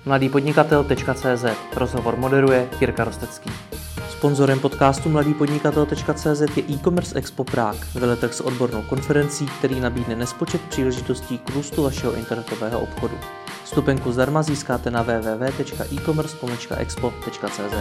mladýpodnikatel.cz. Rozhovor moderuje Jirka Rostecký. Sponzorem podcastu mladýpodnikatel.cz je e-commerce Expo Prague, veletrh s odbornou konferencí, který nabídne nespočet příležitostí k růstu vašeho internetového obchodu. Vstupenku zdarma získáte na www.ecommerce-expo.cz.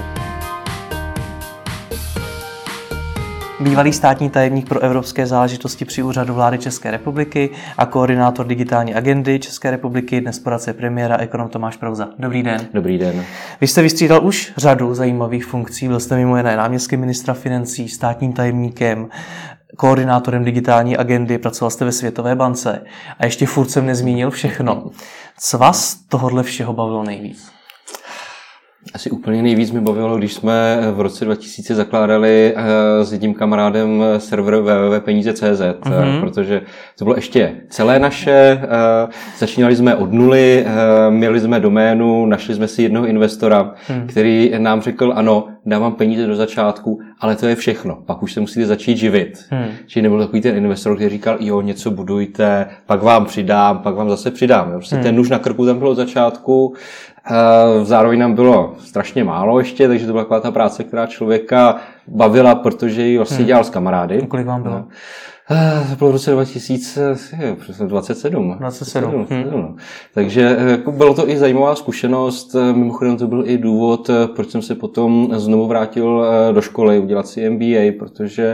Bývalý státní tajemník pro evropské záležitosti při Úřadu vlády České republiky a koordinátor digitální agendy České republiky, dnes poradce premiéra ekonom Tomáš Prouza. Dobrý den. Dobrý den. Vy jste vystřídal už řadu zajímavých funkcí, byl jste mimo jiné náměstkem ministra financí, státním tajemníkem, koordinátorem digitální agendy, pracoval jste ve Světové bance a ještě furt jsem nezmínil všechno. Co vás tohodle všeho bavilo nejvíc? Asi úplně nejvíc mi bavilo, když jsme v roce 2000 zakládali s jedním kamarádem server www.peníze.cz, protože to bylo ještě celé naše, začínali jsme od nuly, měli jsme doménu, našli jsme si jednoho investora, který nám řekl, ano, dávám peníze do začátku, ale to je všechno, pak už se musíte začít živit. Čili nebyl takový ten investor, který říkal, jo, něco budujte, pak vám přidám, pak vám zase přidám. Prostě ten nůž na krku tam byl od začátku. Zároveň nám bylo strašně málo ještě, takže to byla taková ta práce, která člověka bavila, protože ji vlastně dělal s kamarády. Kolik vám bylo? To bylo v roce 2027. Takže bylo to i zajímavá zkušenost. Mimochodem to byl i důvod, proč jsem se potom znovu vrátil do školy udělat si MBA, protože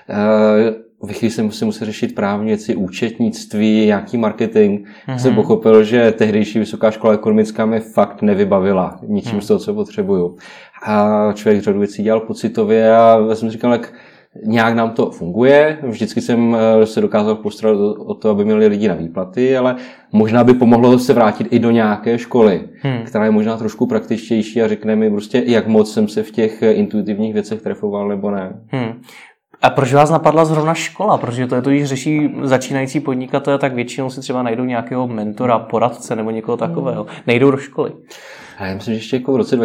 ve chvíli jsem si musel řešit právní věci, účetnictví, nějaký marketing. Jsem pochopil, že tehdejší Vysoká škola ekonomická mě fakt nevybavila ničím z toho, co potřebuju. A člověk řadu věcí dělal pocitově a já jsem říkal, jak nějak nám to funguje. Vždycky jsem se dokázal postarat o to, aby měli lidi na výplaty, ale možná by pomohlo se vrátit i do nějaké školy, která je možná trošku praktičtější a řekne mi prostě, jak moc jsem se v těch intuitivních věcech trefoval nebo ne. A proč vás napadla zrovna škola? Protože to je to, když řeší začínající podnikatelé, tak většinou si třeba najdou nějakého mentora, poradce nebo někoho takového. Nejdou do školy. A já myslím, že ještě jako v roce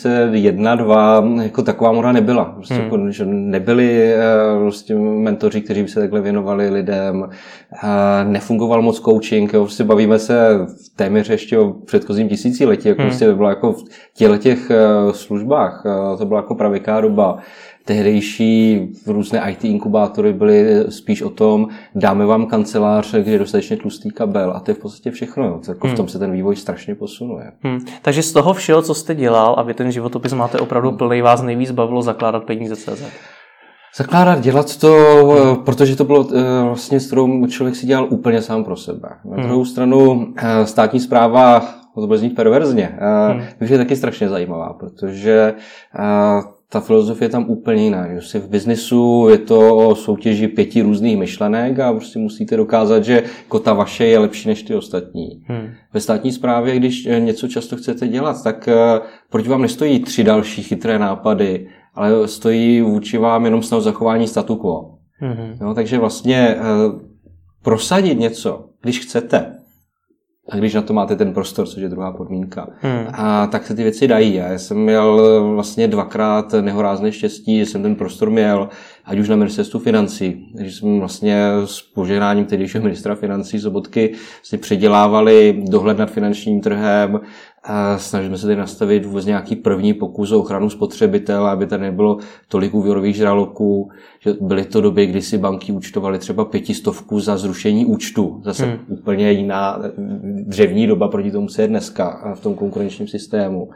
2001-2002 jako taková moda nebyla. Prostě jako, že nebyli prostě mentoři, kteří by se takhle věnovali lidem. Nefungoval moc coaching. Jo. Prostě bavíme se téměř ještě o předchozím tisíciletí. Jako prostě to bylo jako v těch službách. To byla jako pravěká doba. Tehdejší různé IT inkubátory byly spíš o tom, dáme vám kancelář, kde je dostatečně tlustý kabel a to je v podstatě všechno. Jo. Jako v tom se ten vývoj strašně posunuje. Takže z toho všeho, co jste dělal, a vy ten životopis máte opravdu plný, vás nejvíc bavilo zakládat peníze.cz? Zakládat, dělat to, protože to bylo vlastně, s kterou člověk si dělal úplně sám pro sebe. Na druhou stranu státní správa, to bude znít perverzně, je taky strašně zajímavá, protože ta filozofie je tam úplně jiná. Že v biznisu je to o soutěži 5 různých myšlenek a prostě musíte dokázat, že jako ta vaše je lepší než ty ostatní. Ve státní správě, když něco často chcete dělat, tak proti vám nestojí 3 další chytré nápady, ale stojí vůči vám jenom snahu zachování statu quo. No, takže vlastně prosadit něco, když chcete, a když na to máte ten prostor, což je druhá podmínka, a tak se ty věci dají. Já jsem měl vlastně 2krát nehorázné štěstí, že jsem ten prostor měl, ať už na ministerstvu financí, že jsme vlastně s požehnáním tehdejšího ministra financí Sobotky vlastně předělávali dohled nad finančním trhem, a snažili jsme se tady nastavit vůbec nějaký první pokus o ochranu spotřebitele, aby tady nebylo tolik úvěrových žraloků, že byly to doby, kdy si banky účtovaly třeba 500 za zrušení účtu. Zase úplně jiná dřevní doba proti tomu, co je dneska v tom konkurenčním systému.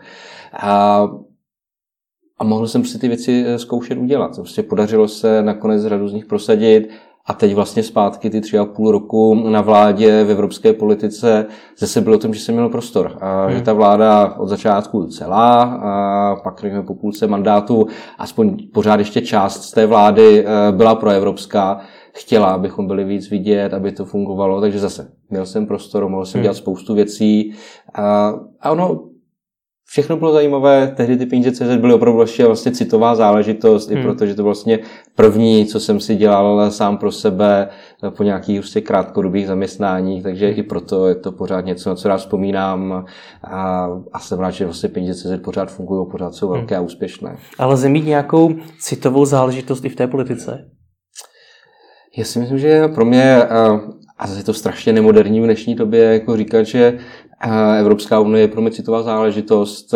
A mohl jsem si ty věci zkoušet udělat. Prostě podařilo se nakonec řadu z nich prosadit. A teď vlastně zpátky ty 3,5 roku na vládě v evropské politice zase bylo o tom, že jsem měl prostor. A že ta vláda od začátku celá, a pak po půlce mandátu, aspoň pořád ještě část z té vlády byla proevropská, chtěla, abychom byli víc vidět, aby to fungovalo. Takže zase měl jsem prostor, mohl jsem dělat spoustu věcí. A ono všechno bylo zajímavé, tehdy ty peníze.cz byly opravdu vlastně citová záležitost, i protože to vlastně první, co jsem si dělal sám pro sebe po nějakých prostě krátkodobých zaměstnáních, takže i proto je to pořád něco, na co rád vzpomínám a jsem rád, že vlastně peníze.cz pořád fungují, pořád jsou velké a úspěšné. Ale lze mít nějakou citovou záležitost i v té politice? Já si myslím, že pro mě, a je to strašně nemoderní v dnešní době, jako říkat, že Evropská unie je pro mě citová záležitost,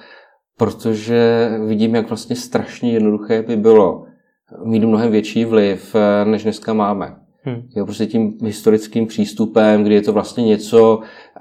protože vidím, jak vlastně strašně jednoduché by bylo mít mnohem větší vliv, než dneska máme. Jo, prostě tím historickým přístupem, kdy je to vlastně něco,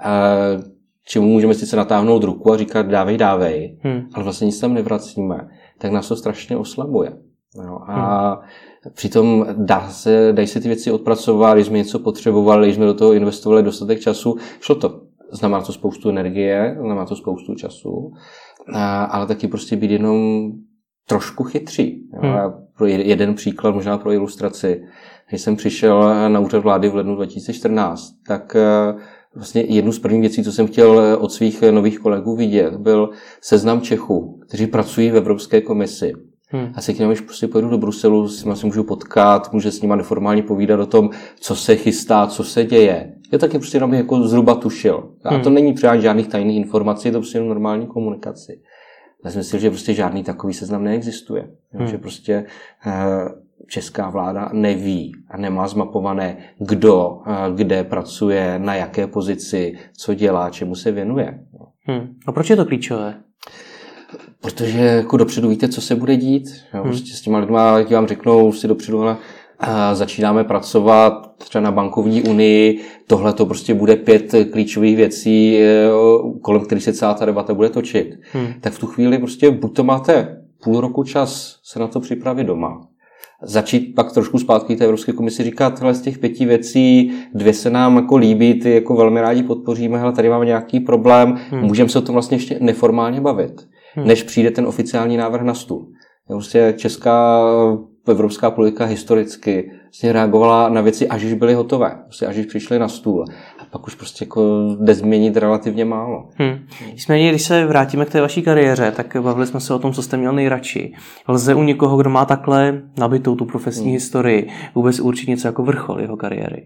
čemu můžeme sice natáhnout ruku a říkat dávej, ale vlastně nic tam nevracíme, tak nás to strašně oslabuje. No, a přitom dají se ty věci odpracovat, když jsme něco potřebovali, když jsme do toho investovali dostatek času, šlo to. Znamená to spoustu energie, znamená to spoustu času, ale taky prostě být jenom trošku chytří. Pro jeden příklad, možná pro ilustraci. Když jsem přišel na úřad vlády v lednu 2014, tak vlastně jednu z prvních věcí, co jsem chtěl od svých nových kolegů vidět, byl seznam Čechů, kteří pracují v Evropské komisi. A se k něm, když prostě pojedu do Bruselu, s nimi se můžu potkat, můžu s nimi neformálně povídat o tom, co se chystá, co se děje. Já taky prostě jenom jako zhruba tušil. A to není třeba žádných tajných informací, je to prostě normální komunikaci. Já si myslím, že prostě žádný takový seznam neexistuje. Že prostě česká vláda neví a nemá zmapované, kdo kde pracuje, na jaké pozici, co dělá, čemu se věnuje. A proč je to klíčové? Protože jako dopředu víte, co se bude dít. Prostě s těma lidma, jak vám řeknou, si dopředu začínáme pracovat třeba na bankovní unii, tohle to prostě bude 5 klíčových věcí, kolem kterých se celá ta debata bude točit. Tak v tu chvíli prostě buď to máte půl roku čas se na to připravit doma, začít pak trošku zpátky té Evropské komisi říkat, hele, z těch 5 věcí 2 se nám jako líbí, ty jako velmi rádi podpoříme, hele, tady máme nějaký problém, můžeme se o tom vlastně ještě neformálně bavit, než přijde ten oficiální návrh na stůl. Prostě česká evropská politika historicky vlastně reagovala na věci, až už byly hotové, prostě až už přišly na stůl. A pak už prostě jako jde změnit relativně málo. Nicméně, když se vrátíme k té vaší kariéře, tak bavili jsme se o tom, co jste měl nejradši. Lze u někoho, kdo má takhle nabitou tu profesní historii, vůbec určit něco jako vrchol jeho kariéry?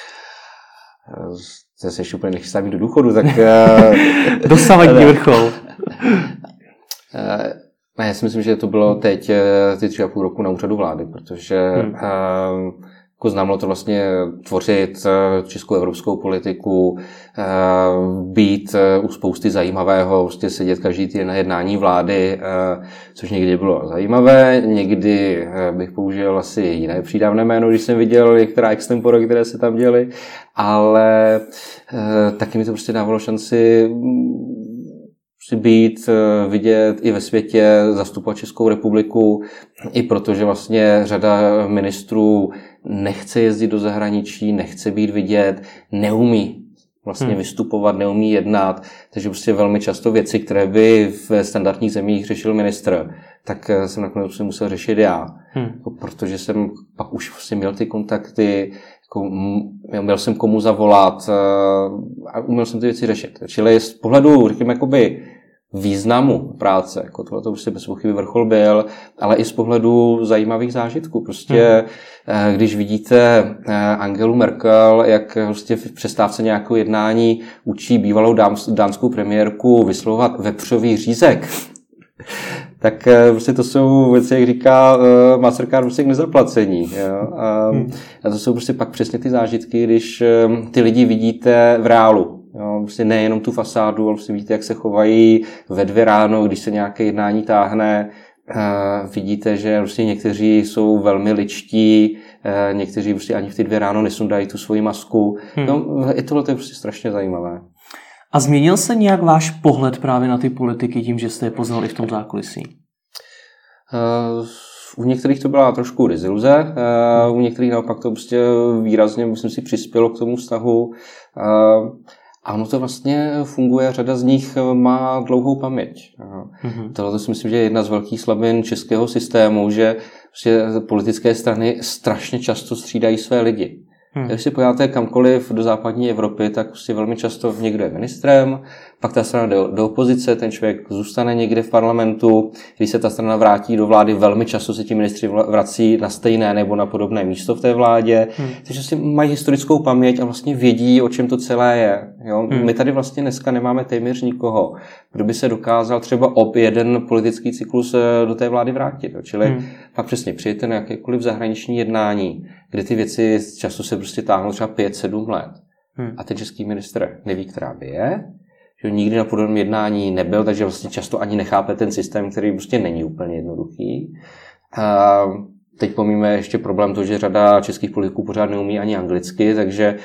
Zase ještě úplně nechystám do důchodu, tak... Dosavadní vrchol. Já si myslím, že to bylo teď ty 3,5 roku na úřadu vlády, protože jako znamenalo to vlastně tvořit českou evropskou politiku, být u spousty zajímavého, prostě sedět každý týden na jednání vlády, což někdy bylo zajímavé, někdy bych použil asi jiné přídavné jméno, když jsem viděl některá extempora, které se tam děly, ale taky mi to prostě dávalo šanci být, vidět i ve světě, zastupovat Českou republiku, i protože vlastně řada ministrů nechce jezdit do zahraničí, nechce být vidět, neumí vlastně vystupovat, neumí jednat, takže prostě velmi často věci, které by v standardních zemích řešil ministr, tak jsem nakonec musel řešit já, protože jsem pak už vlastně měl ty kontakty, jako měl jsem komu zavolat a uměl jsem ty věci řešit. Čili z pohledu, řekněme, jakoby významu práce, jako tohle to prostě bez pochyby vrchol byl, ale i z pohledu zajímavých zážitků. Prostě když vidíte Angelu Merkel, jak prostě v přestávce nějakého jednání učí bývalou dánskou premiérku vyslovovat vepřový řízek, tak prostě to jsou věci, jak říká Mastercard, prostě k nezaplacení. Jo? A to jsou prostě pak přesně ty zážitky, když ty lidi vidíte v reálu. Jo? Prostě nejenom tu fasádu, ale prostě vidíte, jak se chovají ve 2 ráno, když se nějaké jednání táhne. Vidíte, že prostě někteří jsou velmi ličtí, někteří prostě ani v ty 2 ráno nesundají tu svoji masku. No, i tohle je prostě strašně zajímavé. A změnil se nějak váš pohled právě na ty politiky tím, že jste je poznal i v tom zákulisí? U některých to byla trošku deziluze, u některých naopak to prostě výrazně, myslím si, přispělo k tomu vztahu. A ono to vlastně funguje, řada z nich má dlouhou paměť. Tohle si myslím, že je jedna z velkých slabin českého systému, že politické strany strašně často střídají své lidi. Když si pojádáte kamkoliv do západní Evropy, tak prostě velmi často někdo je ministrem, Pak ta strana jde do opozice, ten člověk zůstane někde v parlamentu, když se ta strana vrátí do vlády, velmi často se ti ministři vrací na stejné nebo na podobné místo v té vládě, takže si mají historickou paměť a vlastně vědí, o čem to celé je. Jo? My tady vlastně dneska nemáme téměř nikoho, kdo by se dokázal třeba jeden politický cyklus do té vlády vrátit. Jo? Čili pak přesně přijete na jakékoliv zahraniční jednání, kde ty věci často se prostě táhnou třeba 5-7 let. A ten český ministr neví, která by je, že nikdy na podobném jednání nebyl, takže vlastně často ani nechápe ten systém, který prostě není úplně jednoduchý. A teď pomíme ještě problém to, že řada českých politiků pořád neumí ani anglicky, takže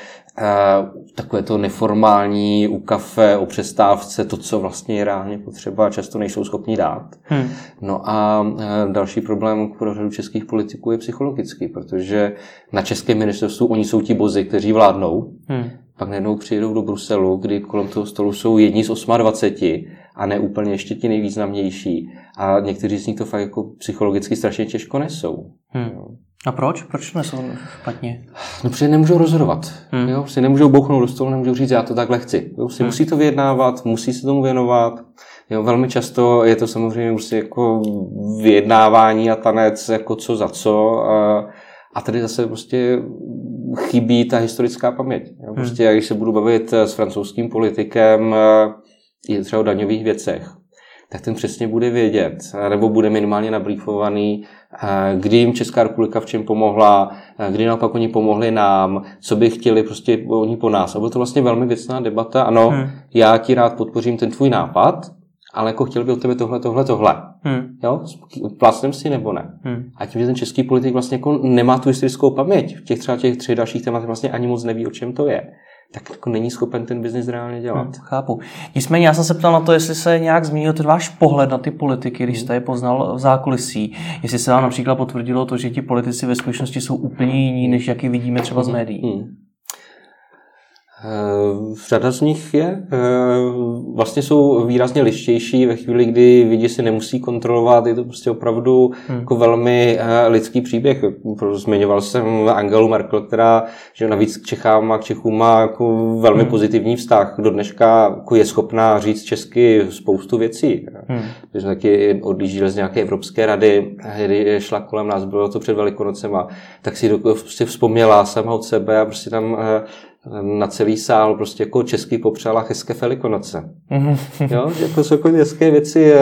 takové to neformální u kafe, o přestávce, to, co vlastně je reálně potřeba, často nejsou schopni dát. No a další problém pro řadu českých politiků je psychologický, protože na českém ministerstvu oni jsou ti bozi, kteří vládnou, pak najednou přijedou do Bruselu, kdy kolem toho stolu jsou jedni z 28 a ne úplně ještě ti nejvýznamnější. A někteří z nich to fakt jako psychologicky strašně těžko nesou. A proč? Proč nesou špatně? No, protože nemůžou rozhodovat. Jo? Prostě nemůžou bouchnout do stolu, nemůžou říct, já to takhle chci. Jo? Musí to vyjednávat, musí se tomu věnovat. Jo? Velmi často je to samozřejmě prostě jako vyjednávání a tanec, jako co za co. A tady zase prostě chybí ta historická paměť. Jo? Prostě, když se budu bavit s francouzským politikem i třeba o daňových věcech, tak ten přesně bude vědět, nebo bude minimálně nabrýfovaný, kdy jim Česká republika v čem pomohla, kdy naopak oni pomohli nám, co by chtěli prostě oni po nás. A byla to vlastně velmi věcná debata. Ano, já ti rád podpořím ten tvůj nápad, ale jako chtěl by od tebe tohle. Jo? Plácnem si nebo ne? A tím, že ten český politik vlastně jako nemá tu historickou paměť, v těch třeba těch 3 dalších tématech vlastně ani moc neví, o čem to je, tak jako není schopen ten biznis reálně dělat. Chápu. Nicméně já jsem se ptal na to, jestli se nějak změnil ten váš pohled na ty politiky, když jste je poznal v zákulisí. Jestli se vám například potvrdilo to, že ti politici ve skutečnosti jsou úplně jiní, než jaký vidíme třeba z médií. Řada z nich je. Vlastně jsou výrazně lištější ve chvíli, kdy lidi si nemusí kontrolovat. Je to prostě opravdu jako velmi lidský příběh. Zmiňoval jsem Angelu Merkel, která že navíc k Čechám a k Čechům má jako velmi pozitivní vztah. Do dneška jako je schopná říct česky spoustu věcí. Když jsme taky odlížili z nějaké Evropské rady, kdy šla kolem nás, bylo to před Velikonocema, tak si prostě vzpomněla sama od sebe a prostě tam na celý sál prostě jako česky popřála hezké Velikonoce. Jo, jako jsou jako hezké věci.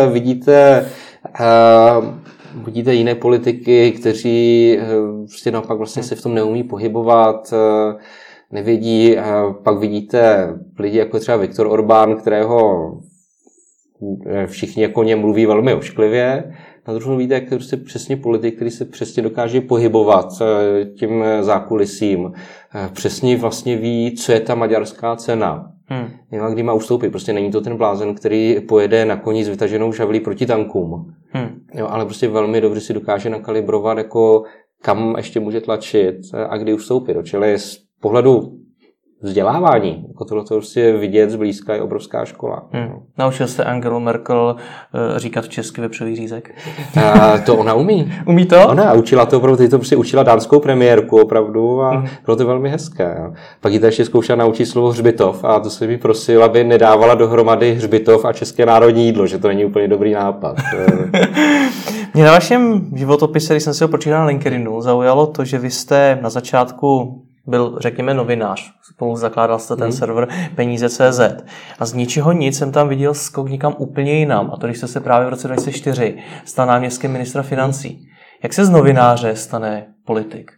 Vidíte jiné politiky, kteří prostě naopak vlastně se v tom neumí pohybovat, nevědí. Pak vidíte lidi jako třeba Viktor Orbán, kterého všichni jako o něm mluví velmi ošklivě. Na druhou vidíte, jak to je prostě přesně politik, který se přesně dokáže pohybovat tím zákulisím. Přesně vlastně ví, co je ta maďarská cena. A kdy má ustoupit. Prostě není to ten blázen, který pojede na koni s vytaženou žavlí proti tankům. Jo, ale prostě velmi dobře si dokáže nakalibrovat, jako kam ještě může tlačit a kdy ustoupit. Čili z pohledu vzdělávání, jako tohle prostě vidět zblízka je obrovská škola. Naučil jste Angelu Merkel říkat česky vepřový řízek? To ona umí. Umí to? Ona učila to opravdu, teď to prostě učila dánskou premiérku opravdu a bylo to velmi hezké. Jo. Pak jí to ještě zkoušela naučit slovo hřbitov a to se mi prosil, aby nedávala dohromady hřbitov a české národní jídlo, že to není úplně dobrý nápad. Mě na vašem životopise, když jsem si ho pročítal na LinkedInu, zaujalo to, že vy jste na začátku byl, řekněme, novinář. Spolu zakládal jste ten server Peníze.cz. A z ničeho nic jsem tam viděl skok někam úplně jinam. A to, když jste se právě v roce 2004 stal náměstkem ministra financí. Jak se z novináře stane politik?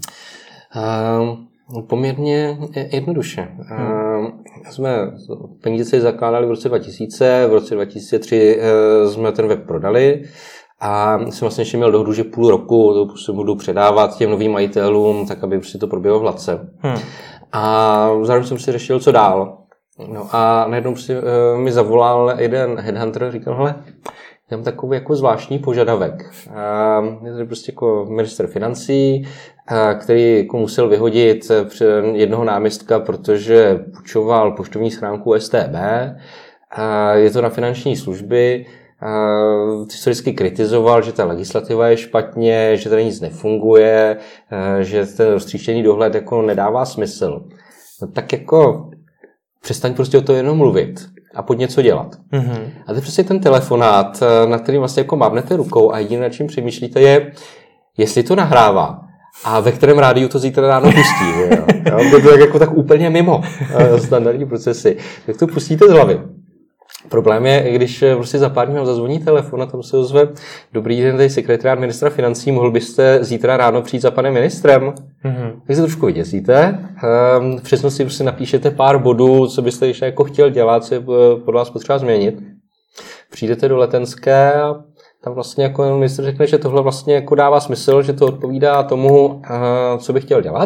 Poměrně jednoduše. Jsme Peníze.cz zakládali v roce 2000, v roce 2003 jsme ten web prodali. A jsem vlastně ještě měl dohodu, že půl roku to se budu předávat těm novým majitelům, tak aby prostě to proběhlo hladce. A zároveň jsem si řešil, co dál. No a najednou mi zavolal jeden headhunter a říkal, hele, já mám takový jako zvláštní požadavek. Je tady prostě jako ministr financí, který jako musel vyhodit jednoho náměstka, protože půjčoval poštovní schránku STB. Je to na finanční služby. Historicky kritizoval, že ta legislativa je špatně, že tady nic nefunguje, že ten roztříštěný dohled jako nedává smysl. No tak jako přestaň prostě o to jenom mluvit. a pojď něco dělat. A to je přesně ten telefonát, na který vlastně jako mávnete rukou a jediné, na čím přemýšlíte, je, jestli to nahrává a ve kterém rádiu to zítra ráno pustí. To je jako tak úplně mimo standardní procesy. Tak to pustíte z hlavy. Problém je, když prostě za pár dní zazvoní telefon a tam se ozve: dobrý den, tady sekretariát ministra financí, mohl byste zítra ráno přijít za panem ministrem? Tak se trošku vyděsíte. V přesnosti prostě napíšete pár bodů, co byste ještě jako chtěl dělat, co je podle vás potřeba změnit. Přijdete do Letenské a tam vlastně jako ministr řekne, že tohle vlastně jako dává smysl, že to odpovídá tomu, co by chtěl dělat.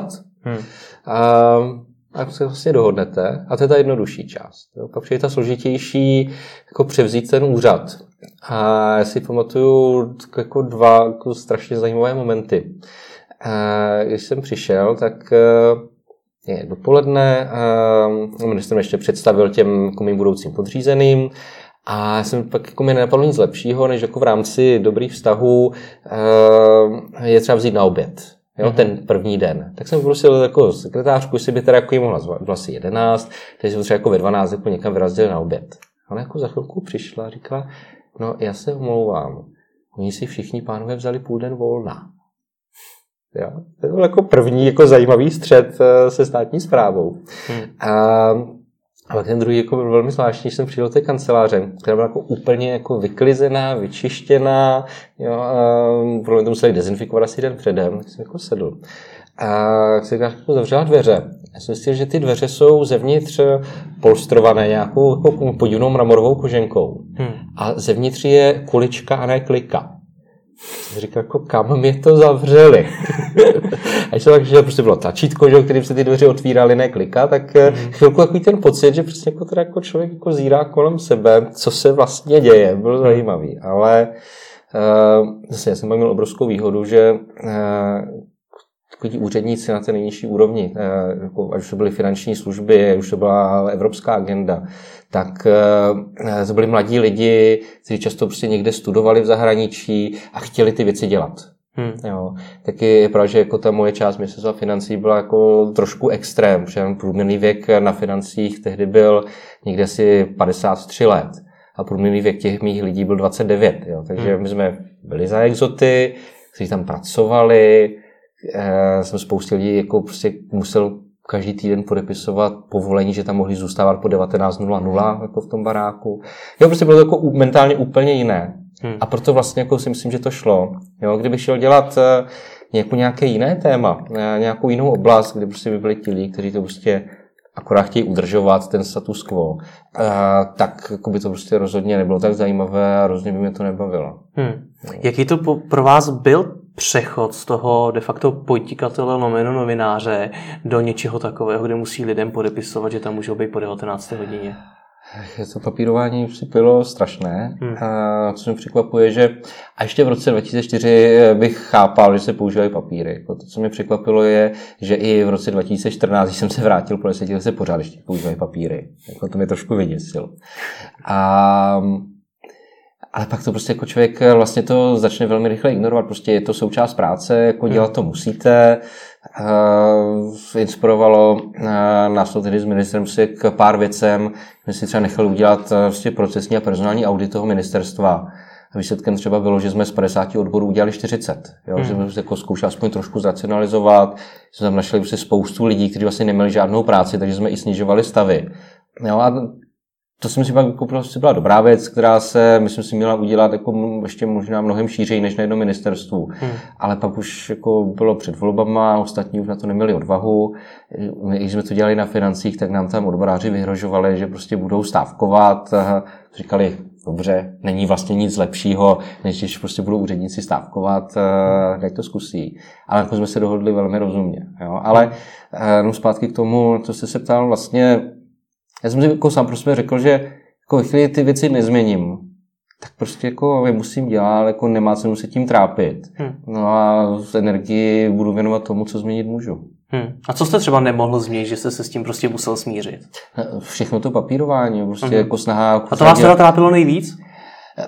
A se vlastně dohodnete. A to je ta jednodušší část. Pak přijde ta složitější, jako převzít ten úřad. A já si pamatuju jako dva jako strašně zajímavé momenty. Když jsem přišel, tak dopoledne ministr mě ještě představil těm jako mým budoucím podřízeným. A já jsem pak jako mi nenapadlo nic lepšího, než jako v rámci dobrých vztahů je třeba vzít na oběd. Jo, ten první den. Tak jsem prosil jako sekretářku, jestli by teda jako jí mohla zvat, bylo asi 11, takže jsem třeba jako ve 12 jako někam vyrazili na oběd. Ale jako za chvilku přišla a říkala: no já se omlouvám, oni si všichni pánové vzali půl den volna. Jo? To byl jako první jako zajímavý střet se státní správou. Ale ten druhý jako byl velmi zvláštní, jsem přijel do té kanceláře, která byla jako úplně jako vyklizená, vyčištěná, jo, pro mě to museli dezinfikovat asi den předem, tak jsem jako sedl. A sekretářka jako zavřela dveře. Já jsem myslel, že ty dveře jsou zevnitř polstrované nějakou jako podivnou mramorovou koženkou. A zevnitř je kulička a ne klika. Jsem říkal, jako kam mě to zavřeli. A když jsem tak, že prostě bylo tlačítko, že, kterým se ty dveře otvíraly, ne klika, tak chvilku takový ten pocit, že prostě jako teda jako člověk jako zírá kolem sebe, co se vlastně děje, bylo zajímavý. Ale zase já jsem měl obrovskou výhodu, že takoví úředníci na té nejnižší úrovni, jako, ať už to byly finanční služby, ať už to byla evropská agenda, tak to byli mladí lidi, kteří často prostě někde studovali v zahraničí a chtěli ty věci dělat. Jo. Taky je pravda, že jako ta moje část ministerstva financí byla jako trošku extrém, protože průměrný věk na financích tehdy byl někde asi 53 let a průměrný věk těch mých lidí byl 29. Jo. Takže my jsme byli za exoty, kteří tam pracovali, jsem spoustě lidí jako prostě musel každý týden podepisovat povolení, že tam mohli zůstávat po 19:00 jako v tom baráku. Jo, prostě bylo to jako mentálně úplně jiné. A proto vlastně jako si myslím, že to šlo. Jo, kdybych šel dělat nějaké jiné téma, nějakou jinou oblast, kde prostě by byli ti lidi, kteří to prostě akorát chtějí udržovat ten status quo, tak jako by to prostě rozhodně nebylo tak zajímavé a rozhodně by mě to nebavilo. Jaký to pro vás byl přechod z toho de facto podnikatele lomeno novináře do něčeho takového, kde musí lidem podepisovat, že tam můžou být po 19. hodině? To papírování bylo strašné. Co mě překvapuje, že a ještě v roce 2004 bych chápal, že se používají papíry. To, co mě překvapilo, je, že i v roce 2014, když jsem se vrátil po 10 letech, se pořád ještě používají papíry. Jako to mě trošku vyděsilo. Ale pak to prostě jako člověk vlastně to začne velmi rychle ignorovat. Prostě je to součást práce, jako dělat to musíte. Inspirovalo nás to tedy s ministrem si k pár věcem. My si třeba nechali udělat vlastně procesní a personální audit toho ministerstva. A výsledkem třeba bylo, že jsme z 50 odborů udělali 40. Jo? Že jsme jako zkoušeli aspoň trošku zracionalizovat. Jsme tam našli prostě spoustu lidí, kteří vlastně neměli žádnou práci, takže jsme i snižovali stavy. Jo? A to si myslím, že prostě byla dobrá věc, která se, myslím si, měla udělat jako ještě možná mnohem šířeji než na jednom ministerstvu. Ale pak už jako bylo před volbama, ostatní už na to neměli odvahu. Když jsme to dělali na financích, tak nám tam odboráři vyhrožovali, že prostě budou stávkovat. Říkali, dobře, není vlastně nic lepšího, než když prostě budou úředníci stávkovat, jak to zkusí. Ale jako jsme se dohodli velmi rozumně. Jo? Ale jenom zpátky k tomu, co jste se ptal, vlastně já jsem si jako sám prostě řekl, že jako chvíli ty věci nezměním, tak prostě jako je musím dělat, ale jako nemá cenu se tím trápit. No a z energii budu věnovat tomu, co změnit můžu. A co jste třeba nemohl změnit, že jste se s tím prostě musel smířit? Všechno to papírování, prostě jako snaha... A to vás teda trápilo nejvíc?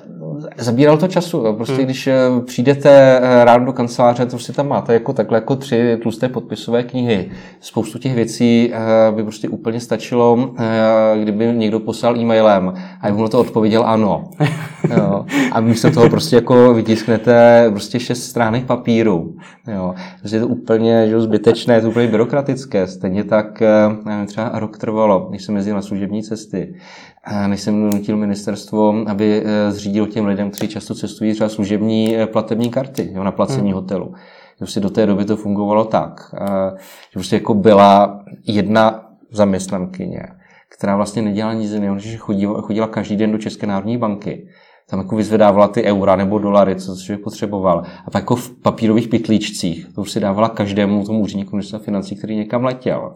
zabíralo to času. Prostě když přijdete ráno do kanceláře, to si tam máte jako takhle jako 3 tlusté podpisové knihy. Spoustu těch věcí by prostě úplně stačilo, kdyby někdo poslal e-mailem a mu to odpověděl ano. Jo. A místo toho prostě jako vytisknete prostě 6 stránek papíru. Jo. Prostě je to úplně zbytečné, je to úplně byrokratické. Stejně tak třeba rok trvalo, než jsem jezdil na služební cesty. Než jsem nutil ministerstvo, aby zřídilo těm lidem, kteří často cestují, třeba služební platební karty, jo, na placení hotelu. Prostě do té doby to fungovalo tak, že prostě jako byla jedna zaměstnankyně, která vlastně nedělala nic jiného, než chodila každý den do České národní banky. Tam jako vyzvedávala ty eura nebo dolary, co člověk potřeboval. A pak jako v papírových pytlíčcích to už si dávala každému tomu úředníku ministerstva financí, který někam letěl.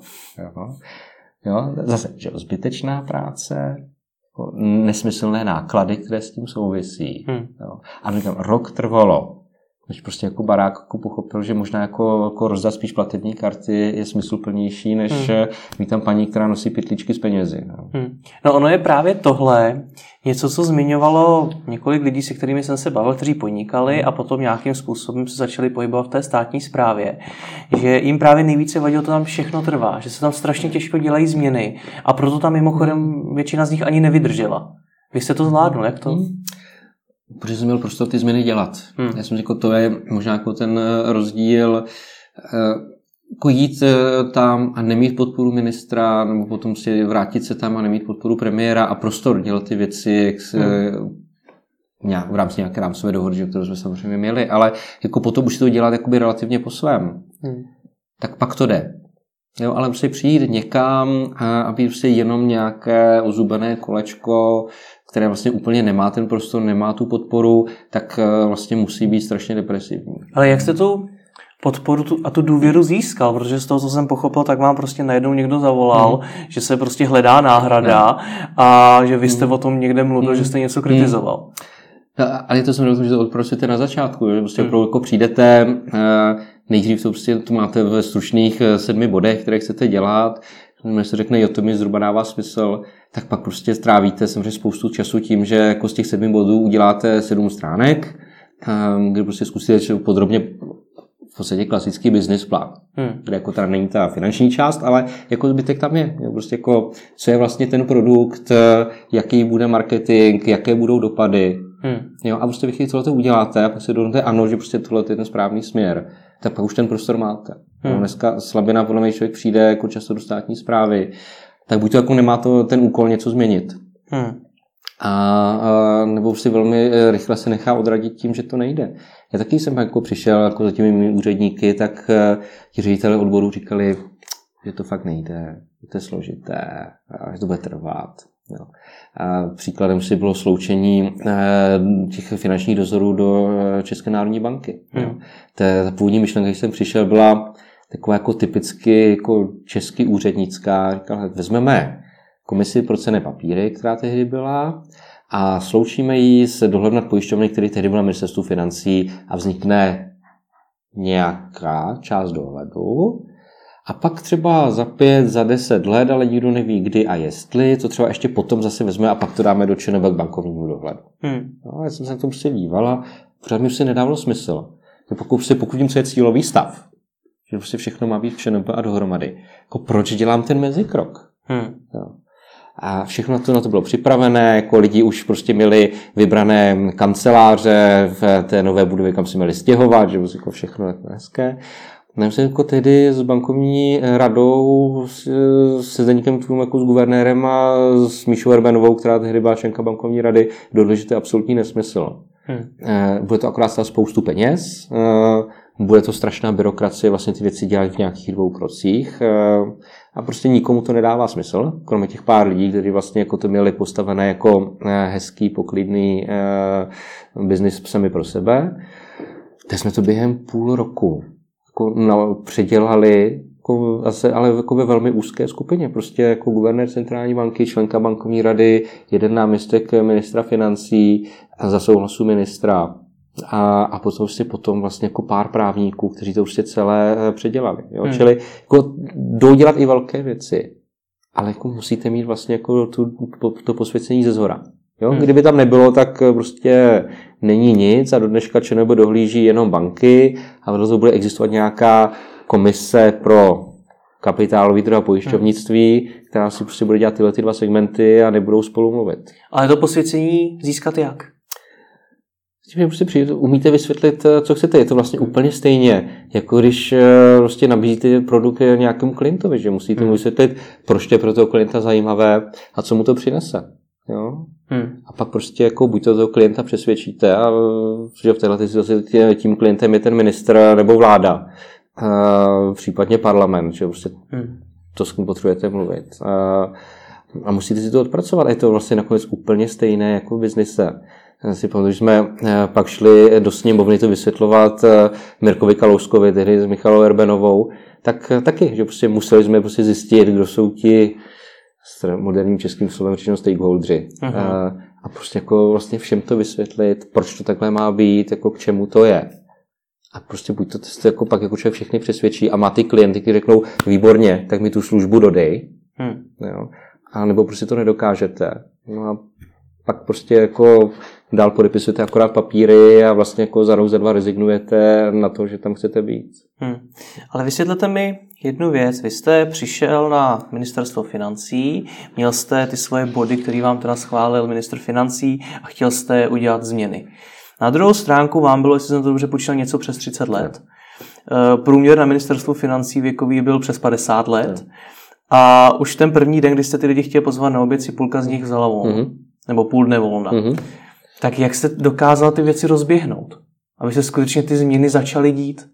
Jo? Zase, že zbytečná práce, nesmyslné náklady, které s tím souvisí. Jo. A říkám, rok trvalo, než prostě jako barák jako pochopil, že možná jako rozdat spíš platební karty je smysluplnější, než mít tam paní, která nosí pytlíčky s penězi. No ono je právě tohle něco, co zmiňovalo několik lidí, se kterými jsem se bavil, kteří podnikali a potom nějakým způsobem se začali pohybovat v té státní správě, že jim právě nejvíce vadilo, to tam všechno trvá, že se tam strašně těžko dělají změny a proto tam mimochodem většina z nich ani nevydržela. Vy jste to zvládnul, jak to? Protože jsem měl prostě ty změny dělat. Já jsem řekl, to je možná jako ten rozdíl, jako jít tam a nemít podporu ministra, nebo potom si vrátit se tam a nemít podporu premiéra a prostor dělat ty věci, jak se, v rámci nějaké rámcové dohody, kterou jsme samozřejmě měli, ale jako potom už to dělat jakoby relativně po svém. Tak pak to jde. Jo, ale prostě přijít někam a být prostě jenom nějaké ozubené kolečko, které vlastně úplně nemá ten prostor, nemá tu podporu, tak vlastně musí být strašně depresivní. Ale jak jste tu podporu a tu důvěru získal? Protože z toho, co jsem pochopil, tak vám prostě najednou někdo zavolal, že se prostě hledá náhrada a že vy jste o tom někde mluvil, že jste něco kritizoval. Ale je to jsem rozumím, že to odpracujete na začátku, že prostě jako přijdete, nejdřív to prostě tu máte ve stručných 7 bodech, které chcete dělat, když se řekne, jo, to mi zhruba dává smysl, tak pak prostě strávíte samozřejmě spoustu času tím, že jako z těch 7 bodů uděláte 7 stránek, kde prostě zkusíte podrobně v podstatě klasický business plán, kde jako teda není ta finanční část, ale jako zbytek tam je. Prostě jako, co je vlastně ten produkt, jaký bude marketing, jaké budou dopady. Jo, a prostě vy když tohle uděláte a pak se dohodnete, ano, že prostě tohle je ten správný směr, tak pak už ten prostor máte. Dneska slabina, podle mě člověk přijde jako často do státní správy, tak buď to jako nemá to ten úkol něco změnit. A nebo si velmi rychle se nechá odradit tím, že to nejde. Já taky jsem jako přišel jako za těmi úředníky, tak ti ředitelé odborů říkali, že to fakt nejde, že to je složité, že to bude trvat. Jo. A příkladem si bylo sloučení těch finančních dozorů do České národní banky. Jo. Ta původní myšlenka, když jsem přišel, byla taková jako typicky jako český úřednická. Říkal, vezmeme komisi pro cenné papíry, která tehdy byla, a sloučíme ji s dohledem nad pojišťovny, který tehdy byl na ministerstvu financí, a vznikne nějaká část dohledu. A pak třeba za 5, za 10 let, ale nikdo neví kdy a jestli, to třeba ještě potom zase vezme a pak to dáme do ČNB k bankovnímu dohledu. No, já jsem se na tom prostě díval a pořád mi prostě nedávalo smysl. Pokud vím, co je cílový stav, že prostě všechno má být v ČNB a dohromady, jako proč dělám ten mezikrok? Jo. A všechno na to bylo připravené, jako lidi už prostě měli vybrané kanceláře v té nové budově, kam si měli stěhovat, že jako všechno jako hezké. Já jsem jako tehdy s bankovní radou, se Zdeňkem Tvům jako s guvernérem a s Míšou Erbenovou, která tehdy byla členka bankovní rady, dohodli, že to je absolutní nesmysl. Bude to akorát stát spoustu peněz, bude to strašná byrokracie, vlastně ty věci dělat v nějakých 2 krocích a prostě nikomu to nedává smysl, kromě těch pár lidí, kteří vlastně jako to měli postavené jako hezký, poklidný biznis sami pro sebe. Teď jsme to během půl roku jako předělali, jako zase, ale jako ve velmi úzké skupině. Prostě jako guvernér centrální banky, členka bankovní rady, 1 náměstek ministra financí a za souhlasu ministra. A potom vlastně jako pár právníků, kteří to už celé předělali. Jo? Čili jako jdou dělat i velké věci, ale jako musíte mít vlastně jako to posvěcení ze zhora. Jo? Kdyby tam nebylo, tak prostě není nic a do dneška ČNB dohlíží jenom banky a v bude existovat nějaká komise pro kapitálový trh a pojišťovnictví, která si prostě bude dělat tyhle ty dva segmenty a nebudou spolu mluvit. Ale to posvěcení získat jak? S tím, že prostě umíte vysvětlit, co chcete. Je to vlastně úplně stejně, jako když prostě nabízíte produkt nějakému klientovi, že musíte mu vysvětlit, proč to je pro toho klienta zajímavé a co mu to přinese. Jo? A pak prostě jako buď to toho klienta přesvědčíte, a že v této situaci tím klientem je ten ministr nebo vláda, případně parlament, že prostě to s kým potřebujete mluvit. A musíte si to odpracovat. Je to vlastně nakonec úplně stejné jako v biznise. Já si pamatuju, že jsme pak šli do sněmovny to vysvětlovat Mirkovi Kalouskovi, tehdy s Michalou Erbenovou, tak taky, že prostě museli jsme prostě zjistit, kdo jsou ti s moderním českým slovem řečeno stakeholdři. A prostě jako vlastně všem to vysvětlit, proč to takhle má být, jako k čemu to je. A prostě buď to jako pak jako člověk všechny přesvědčí a má ty klienty, kteří řeknou, výborně, tak mi tu službu dodej. Jo. A nebo prostě to nedokážete. No a pak prostě jako dál podepisujete akorát papíry a vlastně jako za rok, za dva rezignujete na to, že tam chcete být. Ale vysvětlete mi jednu věc. Vy jste přišel na ministerstvo financí, měl jste ty svoje body, které vám teda schválil ministr financí a chtěl jste udělat změny. Na druhou stránku vám bylo, jestli jsem to dobře počítal, něco přes 30 let. Průměr na ministerstvu financí věkový byl přes 50 let. A už ten první den, kdy jste ty lidi chtěli pozvat na oběd, si půlka z nich vzala volno. Nebo půl dne volna. Tak jak jste dokázal ty věci rozběhnout? Aby se skutečně ty změny začaly dít?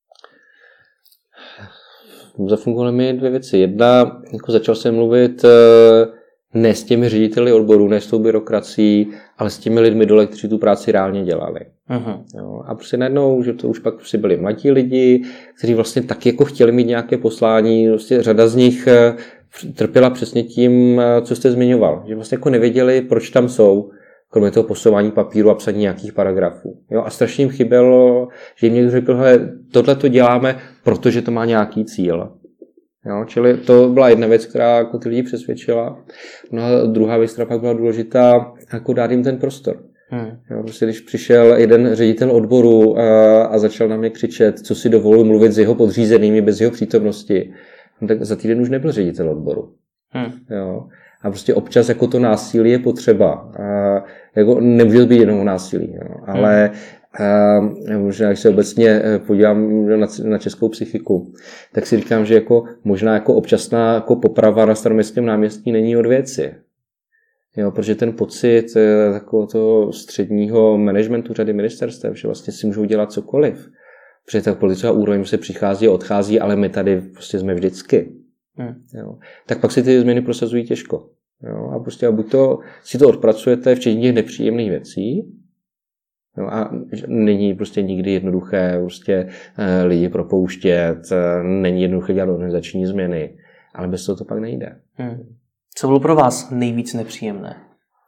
Zafungovaly mi dvě věci. Jedna, jako začal jsem mluvit ne s těmi řediteli odborů, ne s tou byrokracií, ale s těmi lidmi dole, kteří tu práci reálně dělali. Jo, a prostě najednou, že to už pak prostě byli mladí lidi, kteří vlastně taky jako chtěli mít nějaké poslání. Prostě řada z nich trpěla přesně tím, co jste zmiňoval. Že vlastně jako nevěděli, proč tam jsou, kromě toho posouvání papíru a psaní nějakých paragrafů. Jo, a strašně jim chybělo, že jim někdo řekl, hele, tohle to děláme, protože to má nějaký cíl. Jo, čili to byla jedna věc, která jako ty lidi přesvědčila. No a druhá věc, která pak byla důležitá, jako dát jim ten prostor. Jo, prostě když přišel jeden ředitel odboru a začal na mě křičet, co si dovolil mluvit s jeho podřízenými bez jeho přítomnosti, no tak za týden už nebyl ředitel odboru. Jo. A prostě občas jako to násilí je potřeba. A jako nemůže to být jenom o násilí, jo. Ale možná, když se obecně podívám na českou psychiku, tak si říkám, že jako možná jako občasná jako poprava na Staroměstském náměstí není od věci. Jo, protože ten pocit takového toho středního managementu řady ministerstev, že vlastně si můžou dělat cokoliv. Protože ta politická úroveň se přichází a odchází, ale my tady prostě jsme vždycky. Jo. Tak pak si ty změny prosazují těžko. Jo. A prostě buď to si to odpracujete včetně těch nepříjemných věcí, jo, a není prostě nikdy jednoduché prostě lidi propouštět, není jednoduché dělat organizační změny, ale bez toho to pak nejde. Co bylo pro vás nejvíc nepříjemné?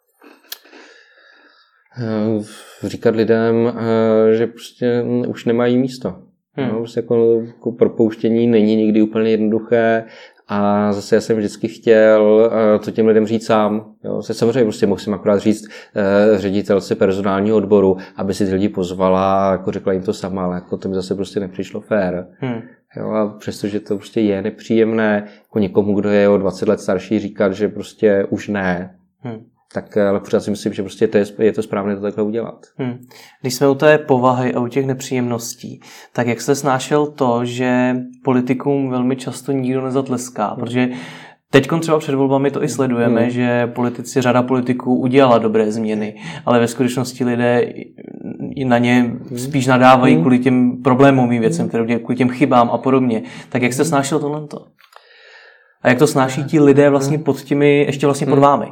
Říkat lidem, že prostě už nemají místo. No, prostě jako propouštění není nikdy úplně jednoduché a zase já jsem vždycky chtěl to těm lidem říct sám. Jo. Samozřejmě prostě mohl jsem akorát říct ředitelce personálního odboru, aby si ty lidi pozvala, jako řekla jim to sama, ale jako to mi zase prostě nepřišlo fér. Jo, a přestože to prostě je nepříjemné jako někomu, kdo je o 20 let starší, říkat, že prostě už ne, tak ale pořád si myslím, že prostě je to správné to takhle udělat. Když jsme u té povahy a u těch nepříjemností, tak jak jste snášel to, že politikům velmi často nikdo nezatleská, protože teď třeba před volbami to i sledujeme, že řada politiků udělala dobré změny, ale ve skutečnosti lidé na ně spíš nadávají kvůli těm problémovým věcem, kvůli těm chybám a podobně. Tak jak jste snášel tohleto? A jak to snáší ti lidé vlastně pod těmi, ještě vlastně pod vámi?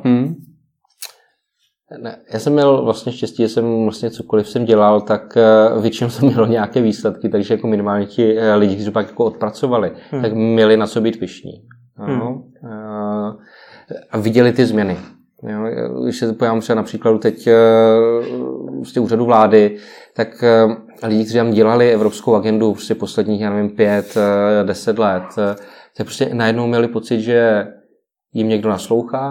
Ne, já jsem měl vlastně štěstí, že jsem vlastně cokoliv jsem dělal, tak většinou jsem měl nějaké výsledky, takže jako minimálně ti lidi, kteří pak jako odpracovali, tak měli na co být pyšní. A viděli ty změny. Jo, když se pojďám třeba například teď z úřadu vlády, tak lidi, kteří tam dělali evropskou agendu prostě posledních, já nevím, 5-10 let, tak prostě najednou měli pocit, že jim někdo naslouchá,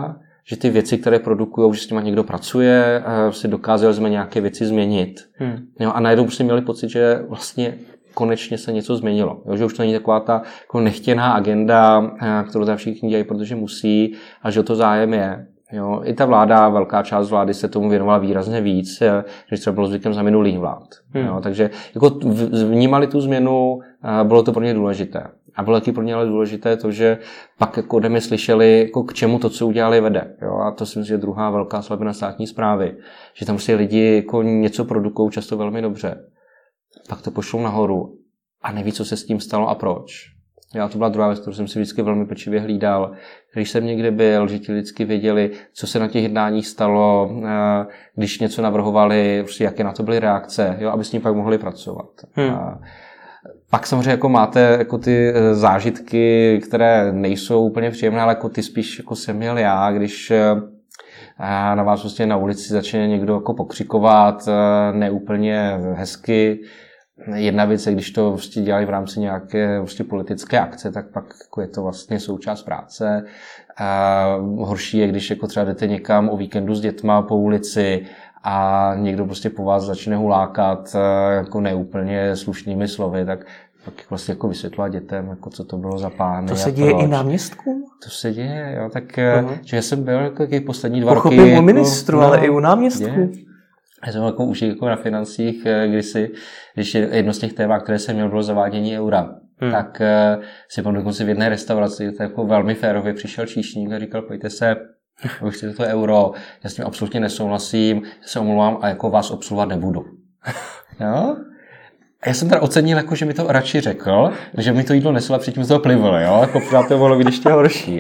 že ty věci, které produkují, že s nimi někdo pracuje, si dokázali jsme nějaké věci změnit. Jo, a najednou prostě měli pocit, že vlastně konečně se něco změnilo. Jo, že už to není taková ta jako nechtěná agenda, kterou tam všichni dělají, protože musí, a že o to zájem je. Jo, i ta vláda, velká část vlády se tomu věnovala výrazně víc, než třeba bylo zvykem za minulých vlád. Jo, takže jako vnímali tu změnu, bylo to pro ně důležité. A bylo taky pro ně ale důležité to, že pak jako ode mě slyšeli, jako k čemu to, co udělali, vede. Jo, a to si myslím, že je druhá velká slabina státní správy. Že tam prostě lidi jako něco produkují často velmi dobře. Pak to pošlou nahoru a neví, co se s tím stalo a proč. Já to byla druhá věc, kterou jsem si vždycky velmi pečlivě hlídal. Když jsem někde byl, že ti vždycky věděli, co se na těch jednáních stalo, když něco navrhovali, prostě jaké na to byly reakce, jo, aby s ním pak mohli pracovat. Pak samozřejmě jako máte jako ty zážitky, které nejsou úplně příjemné, ale jako ty spíš jako jsem měl já, když na vás prostě na ulici začne někdo jako pokřikovat neúplně hezky. Jedna věc je, když to prostě dělají v rámci nějaké prostě politické akce, tak pak jako je to vlastně součást práce. Horší je, když jako třeba jdete někam o víkendu s dětma po ulici a někdo prostě po vás začne hulákat jako neúplně slušnými slovy, tak pak vlastně jako vysvětlovat dětem, jako co to bylo za pány. To se děje i náměstkům? To se děje, jo, tak že jsem byl jako poslední 2 roky. Pochopím u ministru, ale i u náměstků. Já jsem jako už jako na financích, když jedno z těch témat, které jsem měl, bylo zavádění eura, tak si pamatuju dokonce v jedné restauraci, to jako velmi férově přišel číšník a říkal, pojďte se, vy chcete to euro, já s tím absolutně nesouhlasím, já se omlouvám a jako vás obsluhovat nebudu. Jo? A já jsem teda ocenil, jako, že mi to radši řekl, že mi to jídlo nesl a předtím z toho plivl, jo? Jako pořád to mohlo být ještě horší,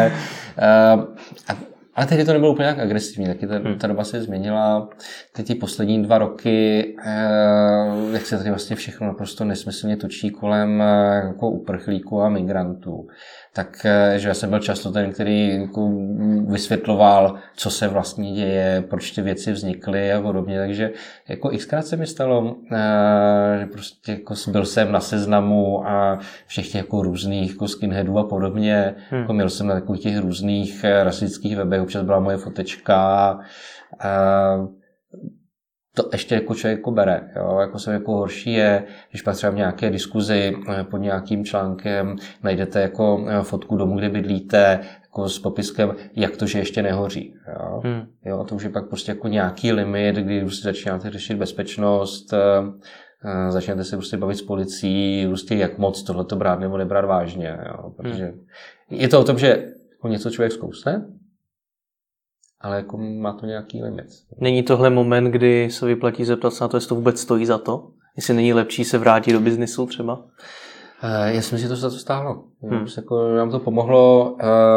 ale tehdy to nebylo úplně tak agresivní, taky ta doba se změnila. Teď ty poslední 2 roky, jak se tady vlastně všechno naprosto nesmyslně točí kolem jako uprchlíků a migrantů. Takže já jsem byl často ten, který jako vysvětloval, co se vlastně děje, proč ty věci vznikly a podobně. Takže jako xkrát se mi stalo, že prostě jako byl jsem na Seznamu a všech jako různých jako skinheadů a podobně. Jako měl jsem na takových těch různých rasistických webech, občas byla moje fotečka. To ještě jako člověk jako bere. Jo? Jako se jako horší je, když pak třeba v nějaké diskuzi pod nějakým článkem najdete jako fotku domu, kde bydlíte, jako s popiskem, jak to, že ještě nehoří. Jo? Jo, to už je pak prostě jako nějaký limit, kdy prostě začínáte řešit bezpečnost, začnete se prostě bavit s policií, prostě jak moc tohleto brát nebo nebrát vážně. Jo? Protože je to o tom, že jako něco člověk zkousne, ale jako má to nějaký limit. Není tohle moment, kdy se vyplatí zeptat se na to, jestli to vůbec stojí za to? Jestli není lepší se vrátit do biznisu třeba? Já si myslím, že to za to stálo. Jako nám to pomohlo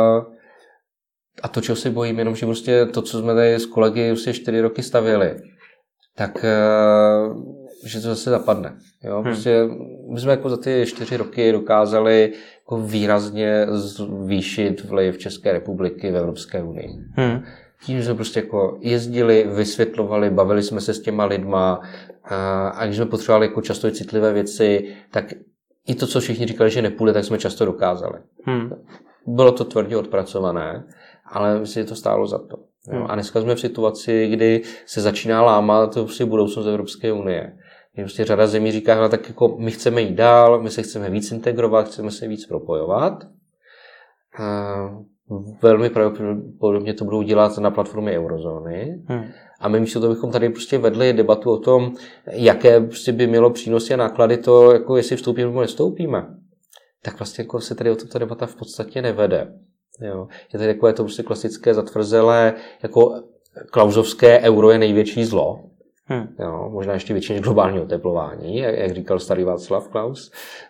a to, čeho se bojím, jenom, že prostě to, co jsme tady s kolegy prostě 4 roky stavěli, tak že to zase zapadne. Jo? Prostě my jsme jako za ty 4 roky dokázali jako výrazně zvýšit vliv České republiky v Evropské unii. Tím jsme prostě jako jezdili, vysvětlovali, bavili jsme se s těma lidma a když jsme potřebovali jako často citlivé věci, tak i to, co všichni říkali, že nepůjde, tak jsme často dokázali. Bylo to tvrdě odpracované, ale myslím, že to stálo za to. Jo? A dneska jsme v situaci, kdy se začíná lámat prostě budoucnost Evropské unie. Kdy prostě řada zemí říká, hele, tak jako my chceme jít dál, my se chceme víc integrovat, chceme se víc propojovat. Velmi pravděpodobně to budou dělat na platformě eurozóny. A my místo toho bychom tady prostě vedli debatu o tom, jaké prostě by mělo přínosy a náklady to, jako jestli vstoupíme nebo nestoupíme. Tak vlastně jako se tady o tom ta debata v podstatě nevede. Jo. Je tady takové to prostě klasické zatvrzelé, jako klausovské euro je největší zlo. Jo, možná ještě větší než globální oteplování, jak říkal starý Václav Klaus.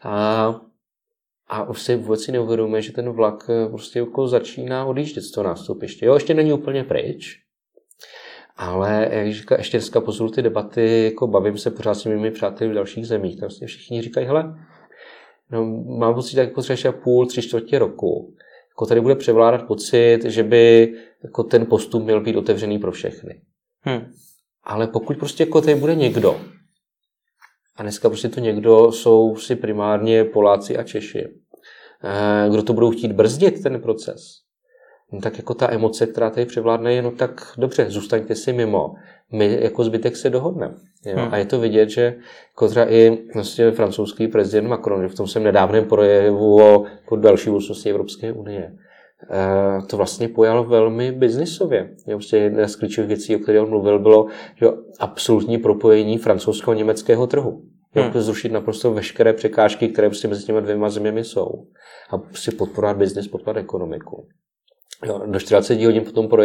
A už si vůbec si neuvědomuje, že ten vlak prostě jako začíná odjíždět z toho nástupiště. Jo, ještě není úplně pryč, ale jak říká, ještě dneska pozoruju ty debaty, jako bavím se pořád s mými přáteli v dalších zemích, tam vlastně všichni říkají, hele, no, mám pocit, jako třeba 3/4 roku, jako tady bude převládat pocit, že by jako ten postup měl být otevřený pro všechny. Ale pokud prostě jako tady bude někdo, a dneska prostě to někdo jsou si primárně Poláci a Češi, kdo to budou chtít brzdit ten proces, no tak jako ta emoce, která tady převládne, je no tak dobře, zůstaňte si mimo. My jako zbytek se dohodneme. A je to vidět, že jako třeba i vlastně francouzský prezident Macron, v tom jsem nedávném projevu o další budoucnosti Evropské unie, to vlastně pojal velmi biznisově. Prostě jedna z klíčových věcí, o které on mluvil, bylo že absolutní propojení francouzského a německého trhu. Zrušit naprosto veškeré překážky, které prostě mezi těmi dvěma zeměmi jsou. A prostě podporovat biznis, podporovat ekonomiku. Jo, do 40 hodin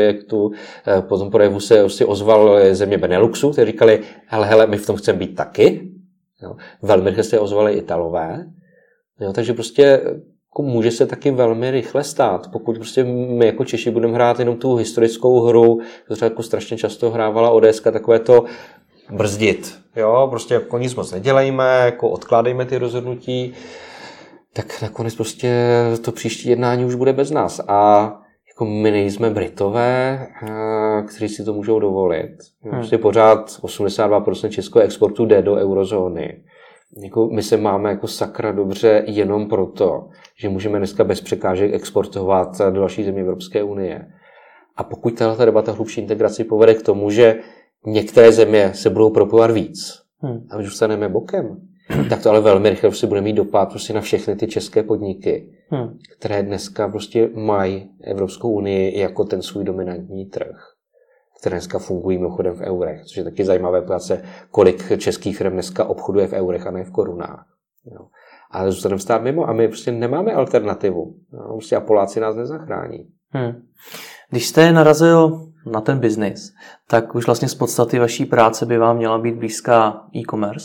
po tom projevu se ozval země Beneluxu, kteří říkali, hele, my v tom chceme být taky. Jo, velmi rychle se ozvali Italové. Jo, takže prostě může se taky velmi rychle stát, pokud prostě my jako Češi budeme hrát jenom tu historickou hru, to jako strašně často hrávala ODSka, takové to brzdit. Jo, prostě jako nic moc nedělejme, jako odkládejme ty rozhodnutí, tak nakonec prostě to příští jednání už bude bez nás. A jako my nejsme Britové, kteří si to můžou dovolit. Prostě pořád 82% českého exportu jde do eurozóny. Jako my se máme jako sakra dobře jenom proto, že můžeme dneska bez překážek exportovat do další země Evropské unie. A pokud tato debata hlubší integraci povede k tomu, že některé země se budou propojovat víc a my zůstaneme bokem, tak to ale velmi rychle si bude mít dopad prostě na všechny ty české podniky, které dneska prostě mají Evropskou unii jako ten svůj dominantní trh, které dneska fungují mimochodem v eurech, což je taky zajímavé podívat se, kolik českých firm dneska obchoduje v eurech a ne v korunách. Jo. Ale zůstaneme stát mimo a my prostě nemáme alternativu. Jo. Prostě a Poláci nás nezachrání. Když jste narazil na ten biznis, tak už vlastně z podstaty vaší práce by vám měla být blízká e-commerce,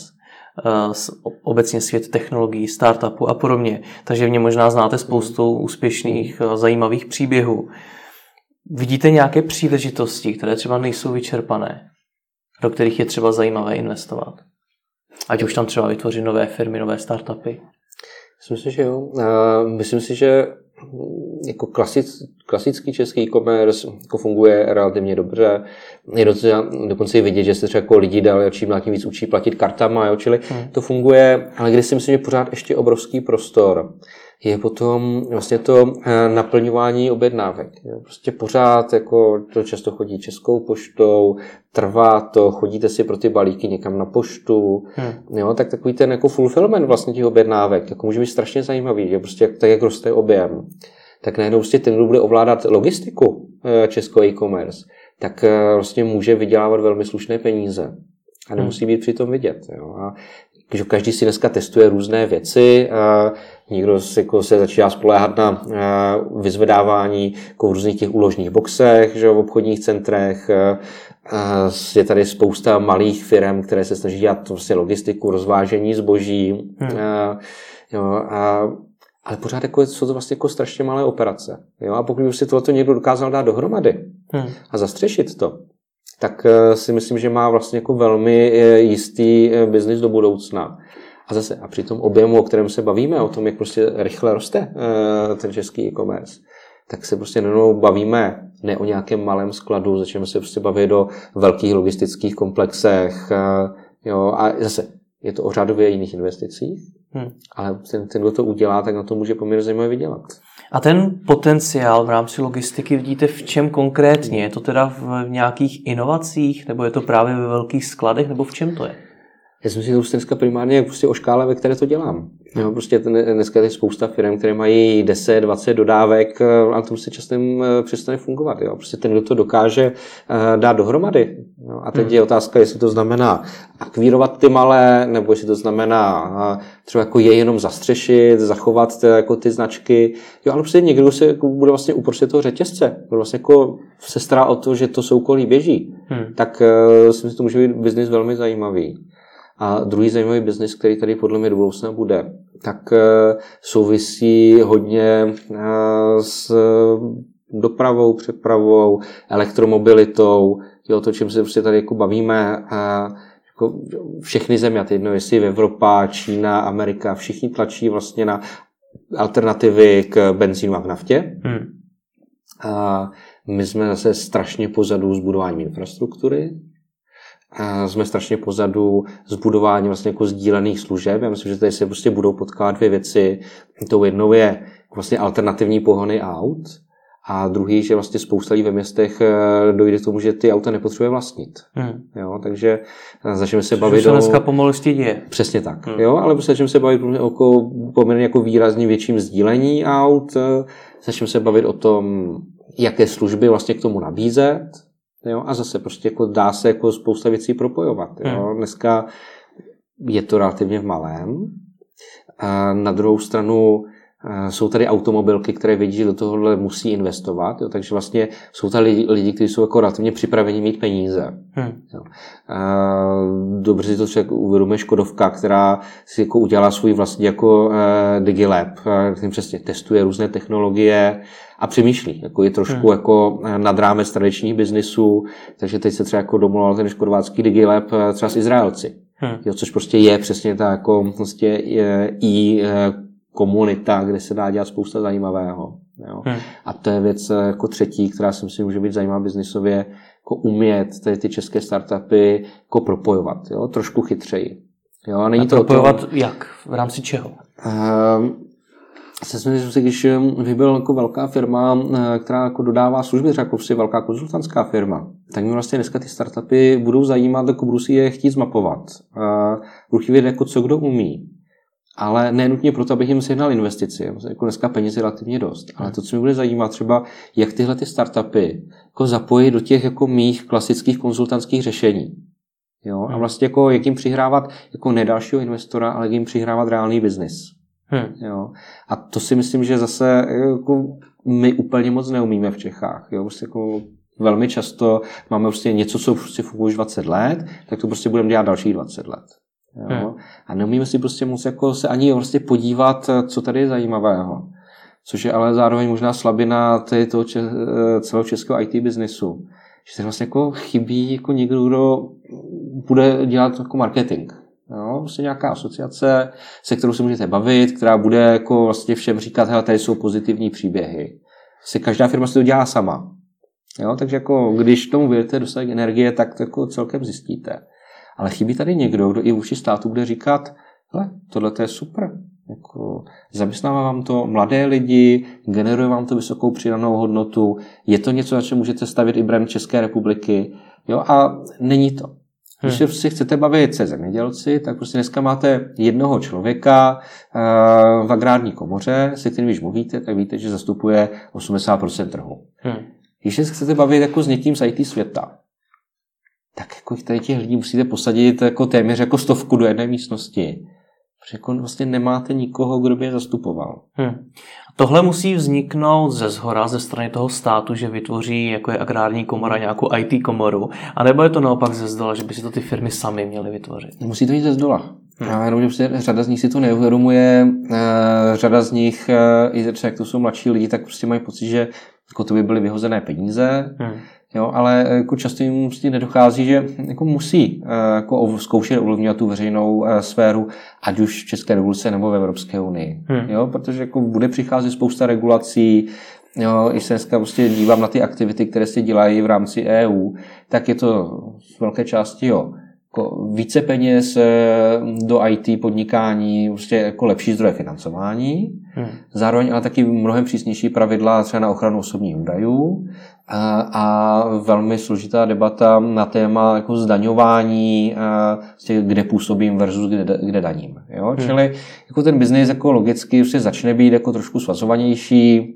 obecně svět technologií, startupů a podobně. Takže v něm možná znáte spoustu úspěšných, zajímavých příběhů. Vidíte nějaké příležitosti, které třeba nejsou vyčerpané, do kterých je třeba zajímavé investovat? Ať už tam třeba vytvořit nové firmy, nové startupy. Myslím si, že jo. Myslím si, že jako klasický český e-commerce jako funguje relativně dobře. Je dokonce i vidět, že se třeba jako lidi dál čím dál tím víc učí platit kartama, jo? Čili to funguje, ale když si myslím, že pořád ještě obrovský prostor je potom vlastně to naplňování objednávek. Jo? Prostě pořád jako to často chodí českou poštou, trvá to, chodíte si pro ty balíky někam na poštu, jo? Tak takový ten jako fulfillment vlastně těch objednávek jako může být strašně zajímavý, že prostě tak jak roste objem, tak najednou prostě ten, kdo bude ovládat logistiku českého e-commerce, tak vlastně může vydělávat velmi slušné peníze a nemusí být přitom vidět. Jo? A že každý si dneska testuje různé věci, někdo se začíná spoléhat na vyzvedávání jako v různých těch úložních boxech, že v obchodních centrech. Je tady spousta malých firm, které se snaží dělat vlastně logistiku, rozvážení zboží. Ale pořád jako jsou to vlastně jako strašně malé operace. Jo? A pokud by si tohleto někdo dokázal dát dohromady a zastřešit to, tak si myslím, že má vlastně jako velmi jistý biznis do budoucna. A zase, a při tom objemu, o kterém se bavíme, o tom, jak prostě rychle roste ten český e-commerce, tak se prostě bavíme ne o nějakém malém skladu, začneme se prostě bavit o velkých logistických komplexech. Jo, a zase, je to o řádově jiných investicích, ale ten, kdo to udělá, tak na to může poměrně zajímavě vydělat. A ten potenciál v rámci logistiky vidíte v čem konkrétně? Je to teda v nějakých inovacích, nebo je to právě ve velkých skladech, nebo v čem to je? Já si myslím, že dneska primárně je prostě o škále, ve které to dělám. Jo, prostě dneska je spousta firm, které mají 10, 20 dodávek, ale to se časem přestane fungovat. Jo. Prostě ten, kdo to dokáže dát dohromady. Jo. A teď je otázka, jestli to znamená akvírovat ty malé, nebo jestli to znamená třeba jako je jenom zastřešit, zachovat jako ty značky. Jo, ale prostě někdo se bude vlastně uprostřed toho řetězce. Bude vlastně jako se stará o to, že to soukolí běží. Tak si myslím, že to může být biznis velmi zajímavý. A druhý zajímavý biznis, který tady podle mě do budoucna bude, tak souvisí hodně s dopravou, přepravou, elektromobilitou, jo, to, čím se prostě tady jako bavíme, jako všechny země, jedno jestli Evropa, Čína, Amerika, všichni tlačí vlastně na alternativy k benzínu a k naftě. A my jsme zase strašně pozadu s budováním infrastruktury. A jsme strašně pozadu s budováním vlastně jako sdílených služeb. Já myslím, že tady se prostě budou potkávat dvě věci. Tou jednou je vlastně alternativní pohony aut A druhý, že vlastně spousta lidí ve městech dojde k tomu, že ty auta nepotřebuje vlastnit. Jo, takže začneme se bavit o... dneska pomalu děje. Přesně tak. Jo, ale začneme se bavit o poměrně jako výrazně větším sdílení aut, začneme se bavit o tom, jaké služby vlastně k tomu nabízet. Jo, a zase prostě jako dá se jako spousta věcí propojovat. Jo. Dneska je to relativně v malém. A na druhou stranu jsou tady automobilky, které vědí, že do tohohle musí investovat, jo, takže vlastně jsou tady lidi, kteří jsou jako relativně připraveni mít peníze. Jo. Dobře si to třeba uvědomuje Škodovka, která si jako udělala svůj vlastní jako DigiLab, který přesně testuje různé technologie a přemýšlí, jako je trošku jako nad rámec tradičních biznisů, takže teď se třeba jako domluvil ten škodovácký DigiLab třeba s Izraelci. Jo, což prostě je přesně ta jako prostě komunita, kde se dá dělat spousta zajímavého. Jo. A to je věc jako třetí, která si myslím, může být zajímavá biznisově, jako umět tady ty české startupy jako propojovat, jo, trošku chytřeji. Jo, a není to propojovat tom, jak? V rámci čeho? Se myslím, že když vybyl jako velká firma, která jako dodává služby, třeba jako velká konzultantská firma, tak mi vlastně dneska ty startupy budou zajímat, jako budu si je chtít zmapovat. Budu chtít vědět, jako co kdo umí. Ale nenutně proto, abych jim sehnal investici. Jako dneska peněz je relativně dost. Ale to, co mi bude zajímat, třeba jak tyhle ty startupy jako zapojit do těch jako mých klasických konzultantských řešení. Jo? A vlastně jako, jak jim přihrávat jako ne dalšího investora, ale jak jim přihrávat reálný biznis. Jo? A to si myslím, že zase jako my úplně moc neumíme v Čechách. Jo? Prostě jako velmi často máme prostě něco, co prostě funguje už 20 let, tak to prostě budeme dělat dalších 20 let. Jo? A neumíme si prostě moc jako se ani prostě podívat, co tady je zajímavého. Což je ale zároveň možná slabina toho celého českého IT biznesu. Že se vlastně jako chybí jako někdo, kdo bude dělat jako marketing. Jo? Vlastně nějaká asociace, se kterou se můžete bavit, která bude jako vlastně všem říkat, hele, tady jsou pozitivní příběhy. Vlastně každá firma si to dělá sama. Jo? Takže jako, když tomu budete dostatek energie, tak to jako celkem zjistíte. Ale chybí tady někdo, kdo i vůči státu bude říkat, hele, tohle je super. Jako, zaměstnává vám to mladé lidi, generuje vám to vysokou přidanou hodnotu, je to něco, na čem můžete stavět i brand České republiky. Jo? A není to. Když si chcete bavit se zemědělci, tak prostě dneska máte jednoho člověka v agrární komoře, se kterým když mluvíte, tak víte, že zastupuje 80% trhu. Když se chcete bavit jako s někým z IT světa, tak jako tady těch lidí musíte posadit jako téměř jako 100 do jedné místnosti. Protože jako vlastně nemáte nikoho, kdo by je zastupoval. Tohle musí vzniknout ze zhora, ze strany toho státu, že vytvoří jako je agrární komora nějakou IT komoru, anebo je to naopak ze zdola, že by si to ty firmy sami měly vytvořit? Musí to jít ze zdola. Jenom, že řada z nich si to neuvědomuje, řada z nich, i třeba jak to jsou mladší lidi, tak prostě mají pocit, že jako to by byly vyhozené peníze. Jo, ale jako často jim prostě nedochází, že jako musí jako zkoušet ovlivňovat tu veřejnou sféru, ať už v České republice nebo v Evropské unii. Jo, protože jako bude přicházet spousta regulací. Jo, i se dneska prostě dívám na ty aktivity, které se dělají v rámci EU, tak je to z velké části jako více peněz do IT podnikání, prostě jako lepší zdroje financování, zároveň ale taky mnohem přísnější pravidla třeba na ochranu osobních údajů a velmi složitá debata na téma jako zdaňování, kde působím versus kde daním. Jo? Čili jako ten biznis jako logicky prostě začne být jako trošku svazovanější,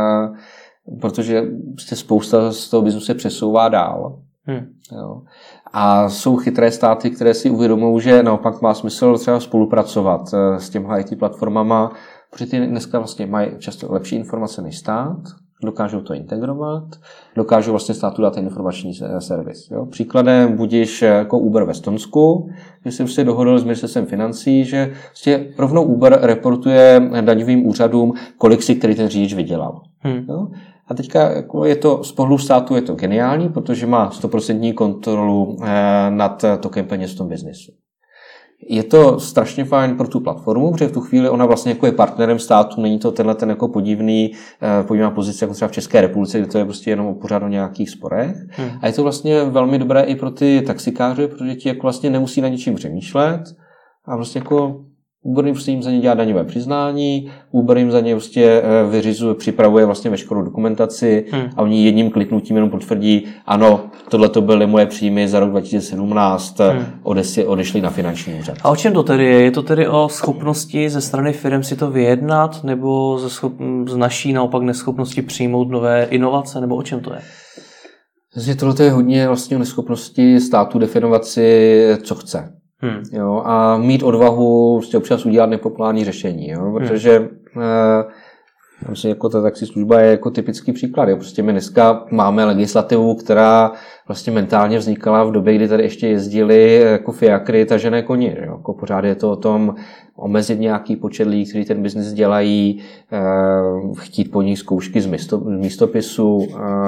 protože prostě spousta z toho biznesu se přesouvá dál. Jo. A jsou chytré státy, které si uvědomují, že naopak má smysl třeba spolupracovat s těmi IT platformama, protože ty dneska vlastně mají často lepší informace než stát, dokážou to integrovat, dokážou vlastně státu dát informační servis. Jo. Příkladem budíš jako Uber v Estonsku, že jsem se dohodl s ministerstvem financí, že vlastně rovnou Uber reportuje daňovým úřadům, kolik si který ten řidič vydělal. Jo. A teďka jako je to z pohledu státu je to geniální, protože má 100% kontrolu nad tokem peněz v tom biznesu. Je to strašně fajn pro tu platformu, protože v tu chvíli ona vlastně jako je partnerem státu, není to tenhle ten jako podivná pozice jako třeba v České republice, kde to je prostě jenom pořád o nějakých sporech. A je to vlastně velmi dobré i pro ty taxikáře, protože ti jako vlastně nemusí na ničím přemýšlet a vlastně jako Uber jim prostě za ně dělá daňové přiznání, Uber jim za ně prostě připravuje vlastně veškerou dokumentaci a oni jedním kliknutím jenom potvrdí, ano, tohle to byly moje příjmy za rok 2017, odešli na finanční úřad. A o čem to tedy je? Je to tedy o schopnosti ze strany firm si to vyjednat, nebo z naší naopak neschopnosti přijmout nové inovace, nebo o čem to je? Tohle je hodně vlastně o neschopnosti státu definovat si, co chce. Jo, a mít odvahu prostě občas udělat nepopulární řešení, jo, protože myslím, jako ta taxislužba je jako typický příklad. Jo. Prostě my dneska máme legislativu, která vlastně mentálně vznikala v době, kdy tady ještě jezdili jako fiakry tažené koně. Jo. Jako pořád je to o tom omezit nějaký počet lidí, kteří ten biznis dělají, chtít po nich zkoušky z místopisu.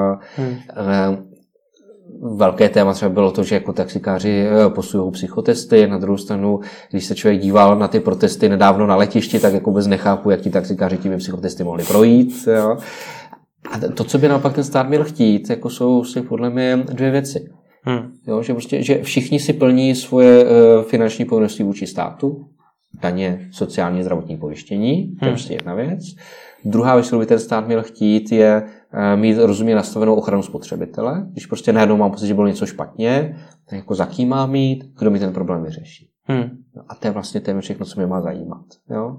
Velké téma třeba bylo to, že jako taxikáři posují psychotesty. Na druhou stranu, když se člověk díval na ty protesty nedávno na letišti, tak jako vůbec nechápu, jak ti taxikáři těmi psychotesty mohli projít. Jo. A to, co by naopak ten stát měl chtít, jako jsou podle mě dvě věci. Jo, že, prostě, že všichni si plní svoje finanční povinnosti vůči státu, daně, sociální, zdravotní pojištění, to je prostě jedna věc. Druhá věc, kterou by ten stát měl chtít, je mít rozumně nastavenou ochranu spotřebitele. Když prostě najednou mám pocit, že bylo něco špatně, tak jako za kým mám mít, kdo mi ten problém vyřeší. A to je vlastně téměř všechno, co mě má zajímat. Jo?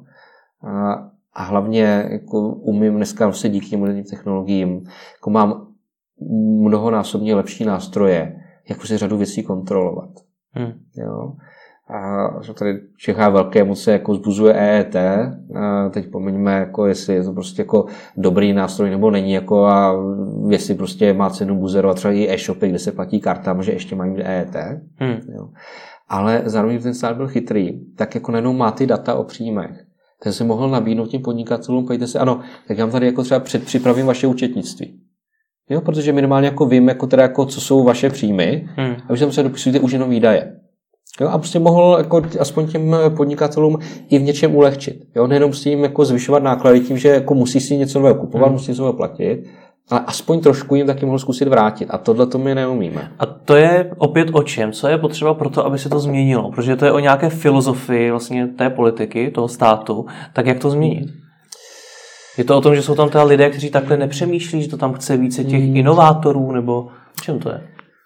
A hlavně jako umím dneska vlastně díky moderním technologiím, jako mám mnohonásobně lepší nástroje, jak si řadu věcí kontrolovat. Jo? A tady v Čechách velké moc se jako zbuzuje EET. A teď pomeňme, jako jestli je to prostě jako dobrý nástroj nebo není, jako a jestli prostě má cenu buzerovat třeba i e-shopy, kde se platí kartama, že ještě mají EET. Jo. Ale zároveň ten stát byl chytrý, tak jako najednou má ty data o příjmech. Tak se mohl nabídnout tím podnikatelům, pojďte se, ano, tak já vám tady jako třeba předpřipravím vaše účetnictví. Jo, protože minimálně jako vím, jako teda jako co jsou vaše příjmy, a už tam se dopisujete už jenom výdaje. Jo, a prostě mohl jako aspoň těm podnikatelům i v něčem ulehčit. Jo, nejenom s tím jako zvyšovat náklady tím, že jako musí si něco nového kupovat, musí něco nového platit, ale aspoň trošku jim taky mohl zkusit vrátit. A tohle to my neumíme. A to je opět o čem? Co je potřeba pro to, aby se to změnilo? Protože to je o nějaké filozofii vlastně té politiky, toho státu. Tak jak to změnit? Je to o tom, že jsou tam teda lidé, kteří takhle nepřemýšlí, že to tam chce více těch inovátorů, nebo o čem to je?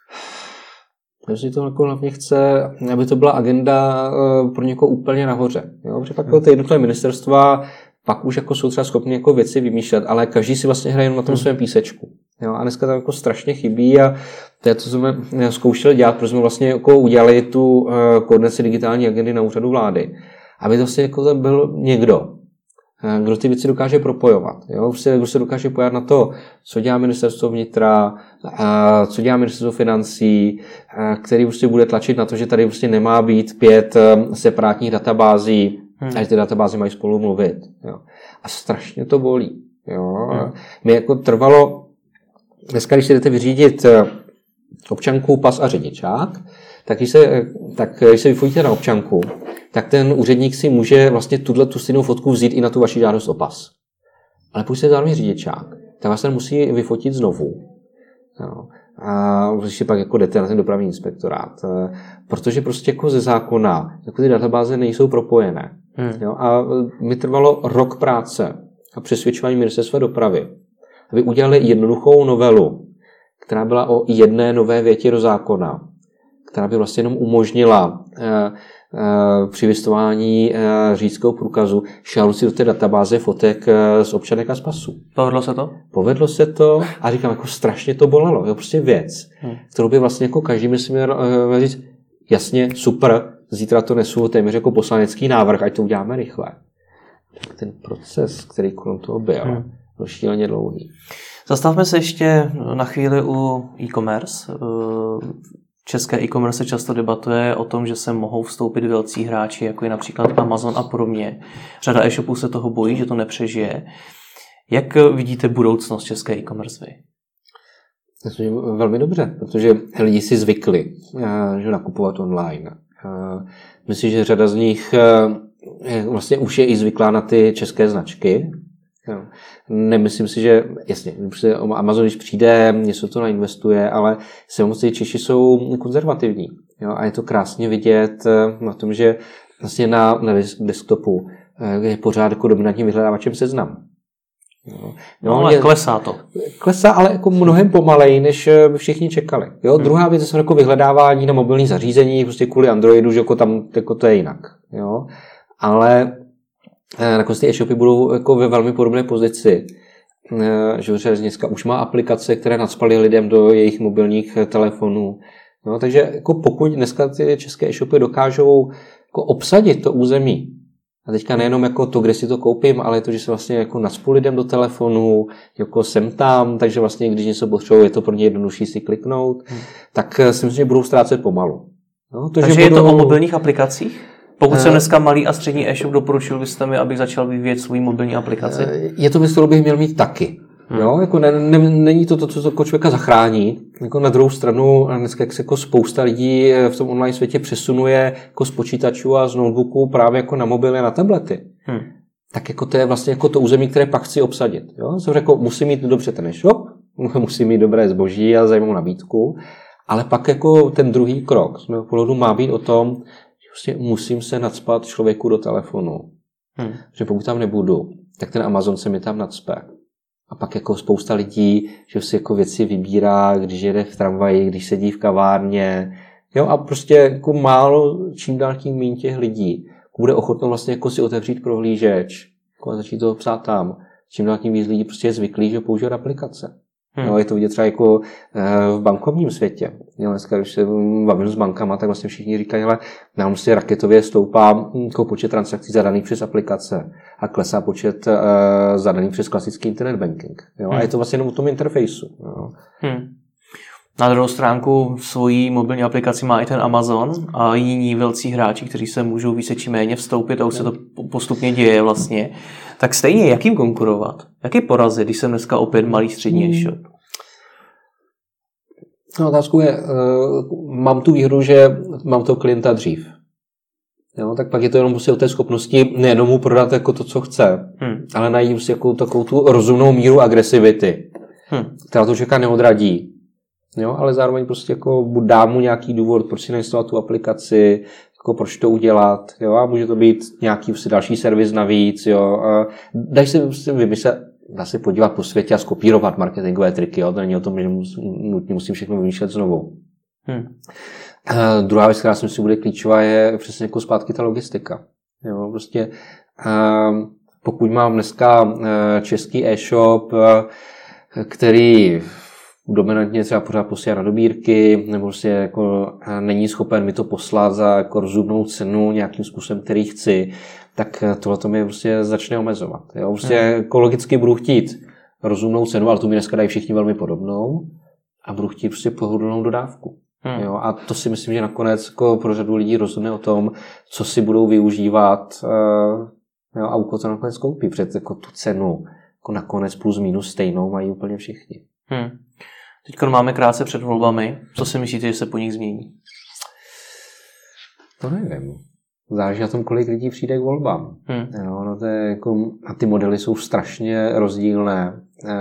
Protože to jako hlavně chce, aby to byla agenda pro někoho úplně nahoře. Jo? Protože pak ty jednotlivé ministerstva pak už jako jsou třeba schopni jako věci vymýšlet, ale každý si vlastně hraje jenom na tom svém písečku. Jo? A dneska tam jako strašně chybí a to je to, co jsme zkoušeli dělat, protože jsme vlastně jako udělali tu koordinaci digitální agendy na úřadu vlády. Aby to vlastně jako tam byl někdo, kdo ty věci dokáže propojovat. Jo? Kdo se dokáže pojat na to, co dělá ministerstvo vnitra, co dělá ministerstvo financí, který prostě bude tlačit na to, že tady prostě nemá být 5 separátních databází a že ty databázy mají spolu mluvit. Jo? A strašně to bolí. Jo? Mě jako trvalo, dneska, když si jdete vyřídit občanku, pas a řidičák, tak když se vyfotíte na občanku, tak ten úředník si může vlastně tu stejnou fotku vzít i na tu vaši žádost o pas. Ale pokud jste zároveň řidičák, tak vás ten musí vyfotit znovu. Jo. A když si pak jako jdete na ten dopravní inspektorát. Protože prostě jako ze zákona jako ty databáze nejsou propojené. Jo. A mi trvalo rok práce a přesvědčování ministerstva dopravy, aby udělali jednoduchou novelu, která byla o jedné nové větě do zákona, která by vlastně jenom umožnila při vystavování řidičského průkazu šáhnout si do té databáze fotek z občanek a z pasů. Povedlo se to? Povedlo se to a říkám, jako strašně to bolelo. Jo, prostě věc, kterou by vlastně jako každý by si měl říct, jasně, super, zítra to nesu téměř jako poslanecký návrh, ať to uděláme rychle. Ten proces, který kolem toho byl šíleně dlouhý. Zastavme se ještě na chvíli u e-commerce. České e-commerce často debatuje o tom, že se mohou vstoupit velcí hráči, jako je například Amazon a podobně. Řada e-shopů se toho bojí, že to nepřežije. Jak vidíte budoucnost české e-commerce vy? Velmi dobře, protože lidi si zvykli, že nakupovat online. Myslím, že řada z nich vlastně už je i zvyklá na ty české značky. Nemyslím si, že jasně, Amazon, když přijde, něco to nainvestuje, ale samozřejmě Češi jsou konzervativní. Jo? A je to krásně vidět na tom, že vlastně na desktopu je pořád jako dominantním vyhledávačem Seznam. No, ale klesá to. Klesá, ale jako mnohem pomaleji, než by všichni čekali. Jo? Druhá věc je jako vyhledávání na mobilní zařízení, prostě kvůli Androidu, že jako tam jako to je jinak. Jo? Ale nakonec ty e-shopy budou jako ve velmi podobné pozici. Že dneska už má aplikace, které nacpaly lidem do jejich mobilních telefonů. No, takže jako pokud dneska ty české e-shopy dokážou jako obsadit to území, a teďka nejenom jako to, kde si to koupím, ale to, že se vlastně jako nacpu lidem do telefonu, jako jsem tam, takže vlastně když něco potřebuji, je to pro ně jednodušší si kliknout, tak si myslím, že budou ztrácet pomalu. No, takže je to o mobilních aplikacích? Pokud jsem dneska malý a střední e-shop, doporučil byste mi, abych začal vyvíjet svou mobilní aplikaci? Je to věc, kterou bych měl mít taky. Jo, jako není to, co člověka zachrání. Jako na druhou stranu, dneska jak se jako spousta lidí v tom online světě přesunuje jako z počítačů a z notebooků právě jako na mobily a na tablety. Tak jako to je vlastně jako to území, které pak chci obsadit. Jo? Jsem řekl, musím mít dobře ten e-shop, musím mít dobré zboží a zajímavou nabídku, ale pak jako ten druhý krok z mého pohledu má být o tom, že prostě musím se nacpat člověku do telefonu. Že pokud tam nebudu, tak ten Amazon se mi tam nacpe. A pak jako spousta lidí, že si jako věci vybírá, když jede v tramvaji, když sedí v kavárně. Jo, a prostě jako málo, čím dál tím méně těch lidí bude ochotno vlastně jako si otevřít prohlížeč jako a začít to psát tam. Čím dál tím víc lidí prostě je zvyklý, že používat aplikace. No, je to vidět třeba jako v bankovním světě. Jo, dneska, když se bavím s bankama, tak vlastně všichni říkají, ale nám prostě raketově stoupá jako počet transakcí zadaných přes aplikace a klesá počet zadaných přes klasický internet banking. Jo, a je to vlastně jenom o tom interfejsu. Jo. Na druhou stránku svojí mobilní aplikaci má i ten Amazon a jiní velcí hráči, kteří se můžou více či méně vstoupit a už se to postupně děje vlastně. Tak stejně, jak jim konkurovat? Jak je porazit, když jsem dneska opět malý střední e-shop? No, otázkou je, mám tu výhodu, že mám toho klienta dřív. Jo, tak pak je to jenom prostě o té schopnosti nejenom mu prodat jako to, co chce, ale najít prostě jako takovou tu rozumnou míru agresivity, která to člověka neodradí. Jo, ale zároveň prostě jako dá mu nějaký důvod, proč si nainstalovat tu aplikaci, jako proč to udělat, jo, a může to být nějaký další servis navíc, jo, a dají se prostě vymyslet, dá se podívat po světě a skopírovat marketingové triky, jo, to není o tom, že nutně musím všechno vymýšlet znovu. Druhá věc, která si myslím bude klíčová, je přesně jako zpátky ta logistika, jo, prostě pokud mám dneska český e-shop, který dominantně třeba pořád posílá na dobírky, nebo prostě jako není schopen mi to poslat za jako rozumnou cenu nějakým způsobem, který chci, tak tohle to mi prostě začne omezovat. Jo? Prostě jako logicky budu chtít rozumnou cenu, ale tu mi dneska dají všichni velmi podobnou a budu chtít prostě pohodlnou dodávku. Jo? A to si myslím, že nakonec jako pro řadu lidí rozhodne o tom, co si budou využívat jo? A u koho to nakonec koupí, protože jako tu cenu jako nakonec plus minus stejnou mají úplně všichni. Teď máme krátce před volbami. Co si myslíte, že se po nich změní? To nevím. Záleží na tom, kolik lidí přijde k volbám. Jo, no to je jako, a ty modely jsou strašně rozdílné.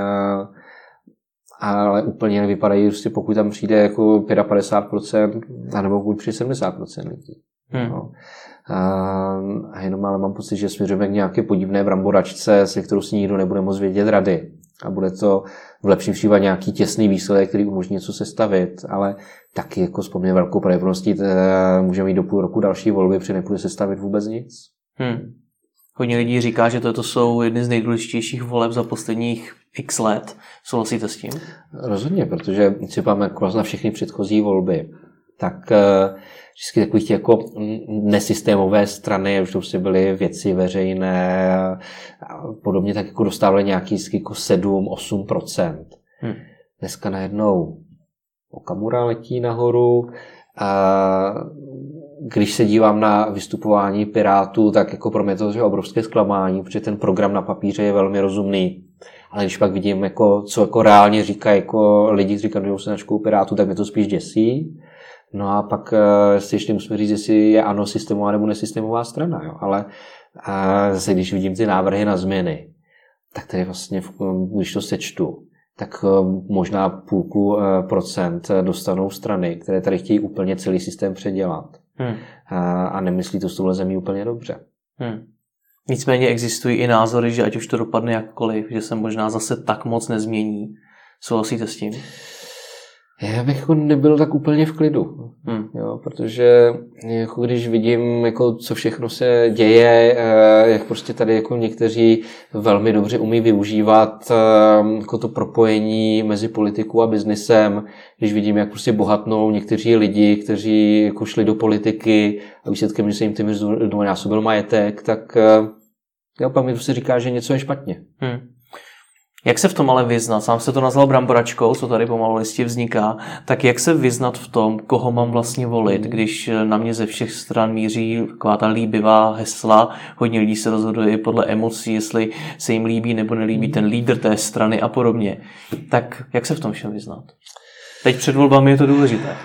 Ale úplně nevypadají, prostě pokud tam přijde jako 55%, anebo pokud přijde 70% lidí. No. A jenom ale mám pocit, že směřujeme k nějaké podivné bramboračce, se kterou si nikdo nebude moc vědět rady. A bude to v lepším případě nějaký těsný výsledek, který umožní něco sestavit, ale taky jako s poměrně velkou pravděpodobností můžeme mít do půl roku další volby, protože nepůjde sestavit vůbec nic. Hodně lidí říká, že to jsou jedny z nejdůležitějších voleb za posledních x let. Souhlasíte s tím? Rozhodně, protože když si pamatujeme jako na všechny předchozí volby, tak vždycky takových jako nesystémové strany, už to prostě byly věci veřejné a podobně, tak jako dostávali nějaký jako 7-8%. Dneska najednou Okamura letí nahoru a když se dívám na vystupování Pirátů, tak jako pro mě to je obrovské zklamání, protože ten program na papíře je velmi rozumný. Ale když pak vidím, jako, co jako reálně říkají jako lidi, kteří kandidují se na školu Pirátů, tak mě to spíš děsí. No a pak si ještě musíme říct, jestli je ANO systémová nebo nesystémová strana. Jo? Ale zase, když vidím ty návrhy na změny, tak tady vlastně, když to sečtu, tak možná 0,5% dostanou strany, které tady chtějí úplně celý systém předělat. A nemyslí to s touhle zemí úplně dobře. Nicméně existují i názory, že ať už to dopadne jakkoliv, že se možná zase tak moc nezmění. Souhlasíte s tím? Já bych jako nebyl tak úplně v klidu, jo, protože jako když vidím, jako, co všechno se děje, jak prostě tady jako někteří velmi dobře umí využívat jako to propojení mezi politikou a biznisem, když vidím, jak prostě bohatnou někteří lidi, kteří jako šli do politiky a výsledkem, že se jim tím dvojnásobil majetek, tak pak mi prostě říká, že něco je špatně. Jak se v tom ale vyznat? Sám se to nazval bramboračkou, co tady pomalu listě vzniká. Tak jak se vyznat v tom, koho mám vlastně volit, když na mě ze všech stran míří taková ta líbivá hesla, hodně lidí se rozhoduje i podle emocí, jestli se jim líbí nebo nelíbí ten lídr té strany a podobně. Tak jak se v tom všem vyznat? Teď před volbami je to důležité.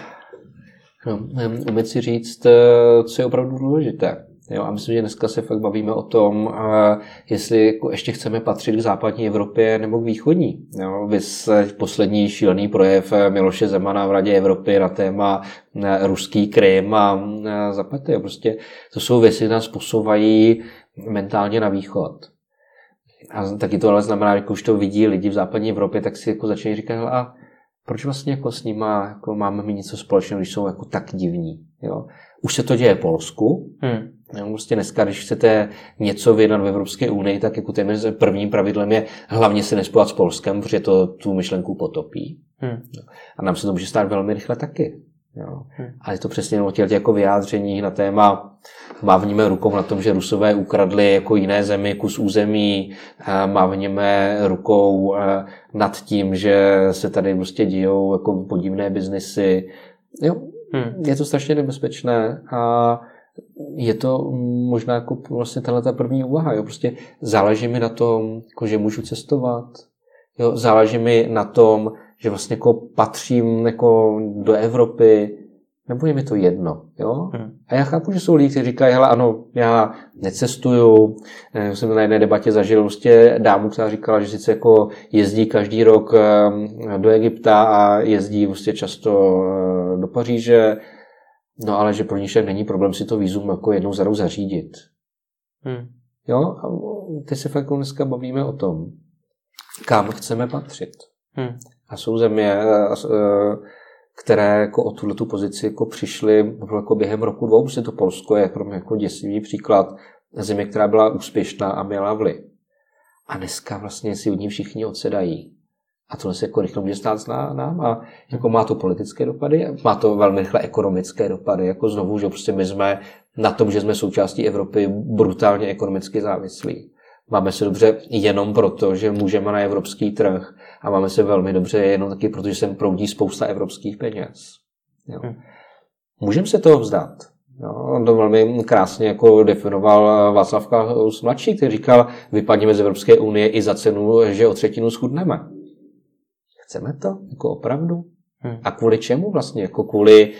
Umět si říct, co je opravdu důležité. Jo, a myslím, že dneska se fakt bavíme o tom, jestli jako ještě chceme patřit k západní Evropě nebo k východní. Jo, vys poslední šílený projev Miloše Zemana v Radě Evropy na téma ruský Krym a zaplety. Prostě to jsou věci, které nás posouvají mentálně na východ. A taky to ale znamená, že už to vidí lidi v západní Evropě, tak si jako začínají říkat, a proč vlastně jako s nima jako máme mít něco společného, když jsou jako tak divní. Jo? Už se to děje v Polsku. Prostě dneska, když chcete něco vyjednat v Evropské unii, tak jako prvním pravidlem je hlavně se nespojovat s Polskem, protože to tu myšlenku potopí. A nám se to může stát velmi rychle taky. Jo. Ale je to přesně o těch jako vyjádření na téma mávníme rukou na tom, že Rusové ukradli jako jiné zemi kus území, mávníme rukou nad tím, že se tady prostě dějou jako podivné biznesy. Jo. Je to strašně nebezpečné a je to možná jako vlastně tato první úvaha. Jo. Prostě záleží mi na tom, jako, že můžu cestovat. Jo. Záleží mi na tom, že vlastně jako patřím jako do Evropy, nebo je mi to jedno. Jo? A já chápu, že jsou lidi, kteří říkají, hele, ano, já necestuju. Jsem na jedné debatě zažil vlastně dámu, která říkala, že sice jako jezdí každý rok do Egypta a jezdí vlastně často do Paříže, no ale že pro ní však není problém si to vízum jako jednou za rok zařídit. Jo? A teď se fakt dneska bavíme o tom, kam chceme patřit. A jsou země, které jako o tuhletu pozici jako přišly jako během roku 2. Prostě to Polsko je pro mě jako děsivý příklad země, která byla úspěšná a měla vliv. A dneska vlastně si od ní všichni odsedají. A tohle se jako rychle může stát nám a jako má to politické dopady, má to velmi rychle ekonomické dopady. Jako znovu, že prostě my jsme na tom, že jsme součástí Evropy, brutálně ekonomicky závislí. Máme se dobře jenom proto, že můžeme na evropský trh a máme se velmi dobře jenom taky, protože sem proudí spousta evropských peněz. Jo. Můžeme se toho vzdát. Jo. On to velmi krásně jako definoval Václav Klaus mladší, který říkal, vypadněme z Evropské unie i za cenu, že o 1/3 schudneme. Chceme to? Jako opravdu? A kvůli čemu vlastně? Jako kvůli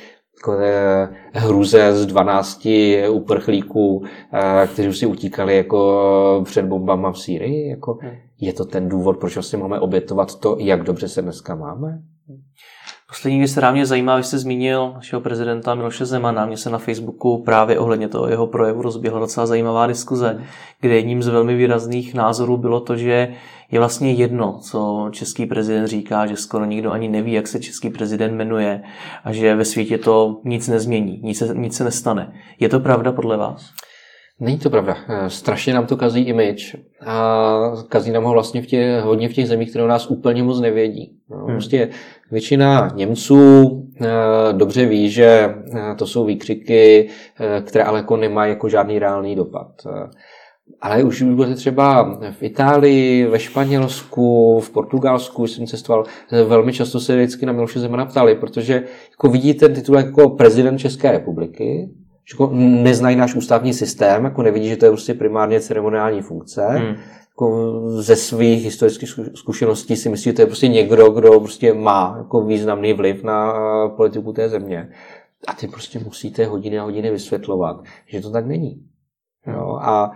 hruze z 12 uprchlíků, kteří už si utíkali jako před bombama v Sýrii. Jako, je to ten důvod, proč vlastně máme obětovat to, jak dobře se dneska máme? Poslední věc, která mě zajímá, vy jste zmínil našeho prezidenta Miloše Zemana. Mně se na Facebooku právě ohledně toho jeho projevu rozběhla docela zajímavá diskuze, kde jedním z velmi výrazných názorů bylo to, že je vlastně jedno, co český prezident říká, že skoro nikdo ani neví, jak se český prezident jmenuje a že ve světě to nic nezmění, nic se nestane. Je to pravda podle vás? Není to pravda. Strašně nám to kazí image a kazí nám ho vlastně hodně v těch zemích, které o nás úplně moc nevědí. Prostě většina Němců dobře ví, že to jsou výkřiky, které ale jako nemají jako žádný reálný dopad. Ale už budete třeba v Itálii, ve Španělsku, v Portugalsku, jsem cestoval, velmi často se vždycky na Miloše Zemana ptali, protože jako vidí ten titul jako prezident České republiky, že jako neznají náš ústavní systém, jako nevidí, že to je prostě primárně ceremoniální funkce. Jako ze svých historických zkušeností si myslí, že to je prostě někdo, kdo prostě má jako významný vliv na politiku té země. A ty prostě musíte hodiny a hodiny vysvětlovat, že to tak není. Jo, a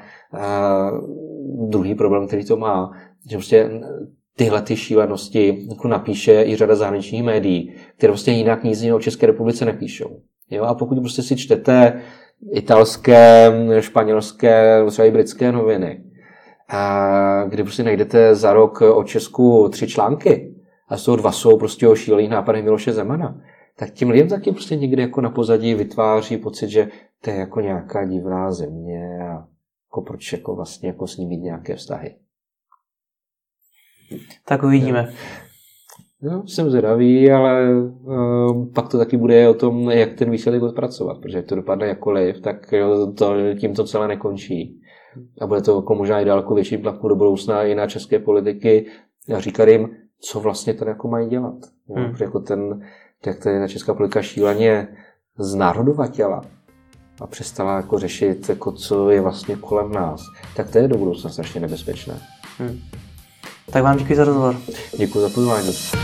druhý problém, který to má, že prostě tyhle ty šílenosti jako napíše i řada zahraničních médií, které prostě jinak nic jiného o České republice nepíšou. Jo? A pokud prostě si čtete italské, španělské, třeba i britské noviny, kdy prostě najdete za rok o Česku 3 články a z toho 2 jsou prostě o šílených nápadech Miloše Zemana, tak tím lidem taky prostě někdy jako na pozadí vytváří pocit, že to je jako nějaká divná země a jako proč jako vlastně jako s ní mít nějaké vztahy. Tak uvidíme. No, jsem zvědavý, ale pak to taky bude o tom, jak ten výsledek odpracovat, protože jak to dopadne jakkoliv, tak tím to celé nekončí. A bude to jako možná i daleko větší tlaku do budoucna i na české politiky a říkat jim, co vlastně ten jako mají dělat. Protože jako jak ta česká politika šíleně znárodovatila a přestala jako řešit, jako co je vlastně kolem nás, tak to je do budoucna strašně nebezpečné. Tak vám děkuji za rozhovor. Děkuji za pozvání.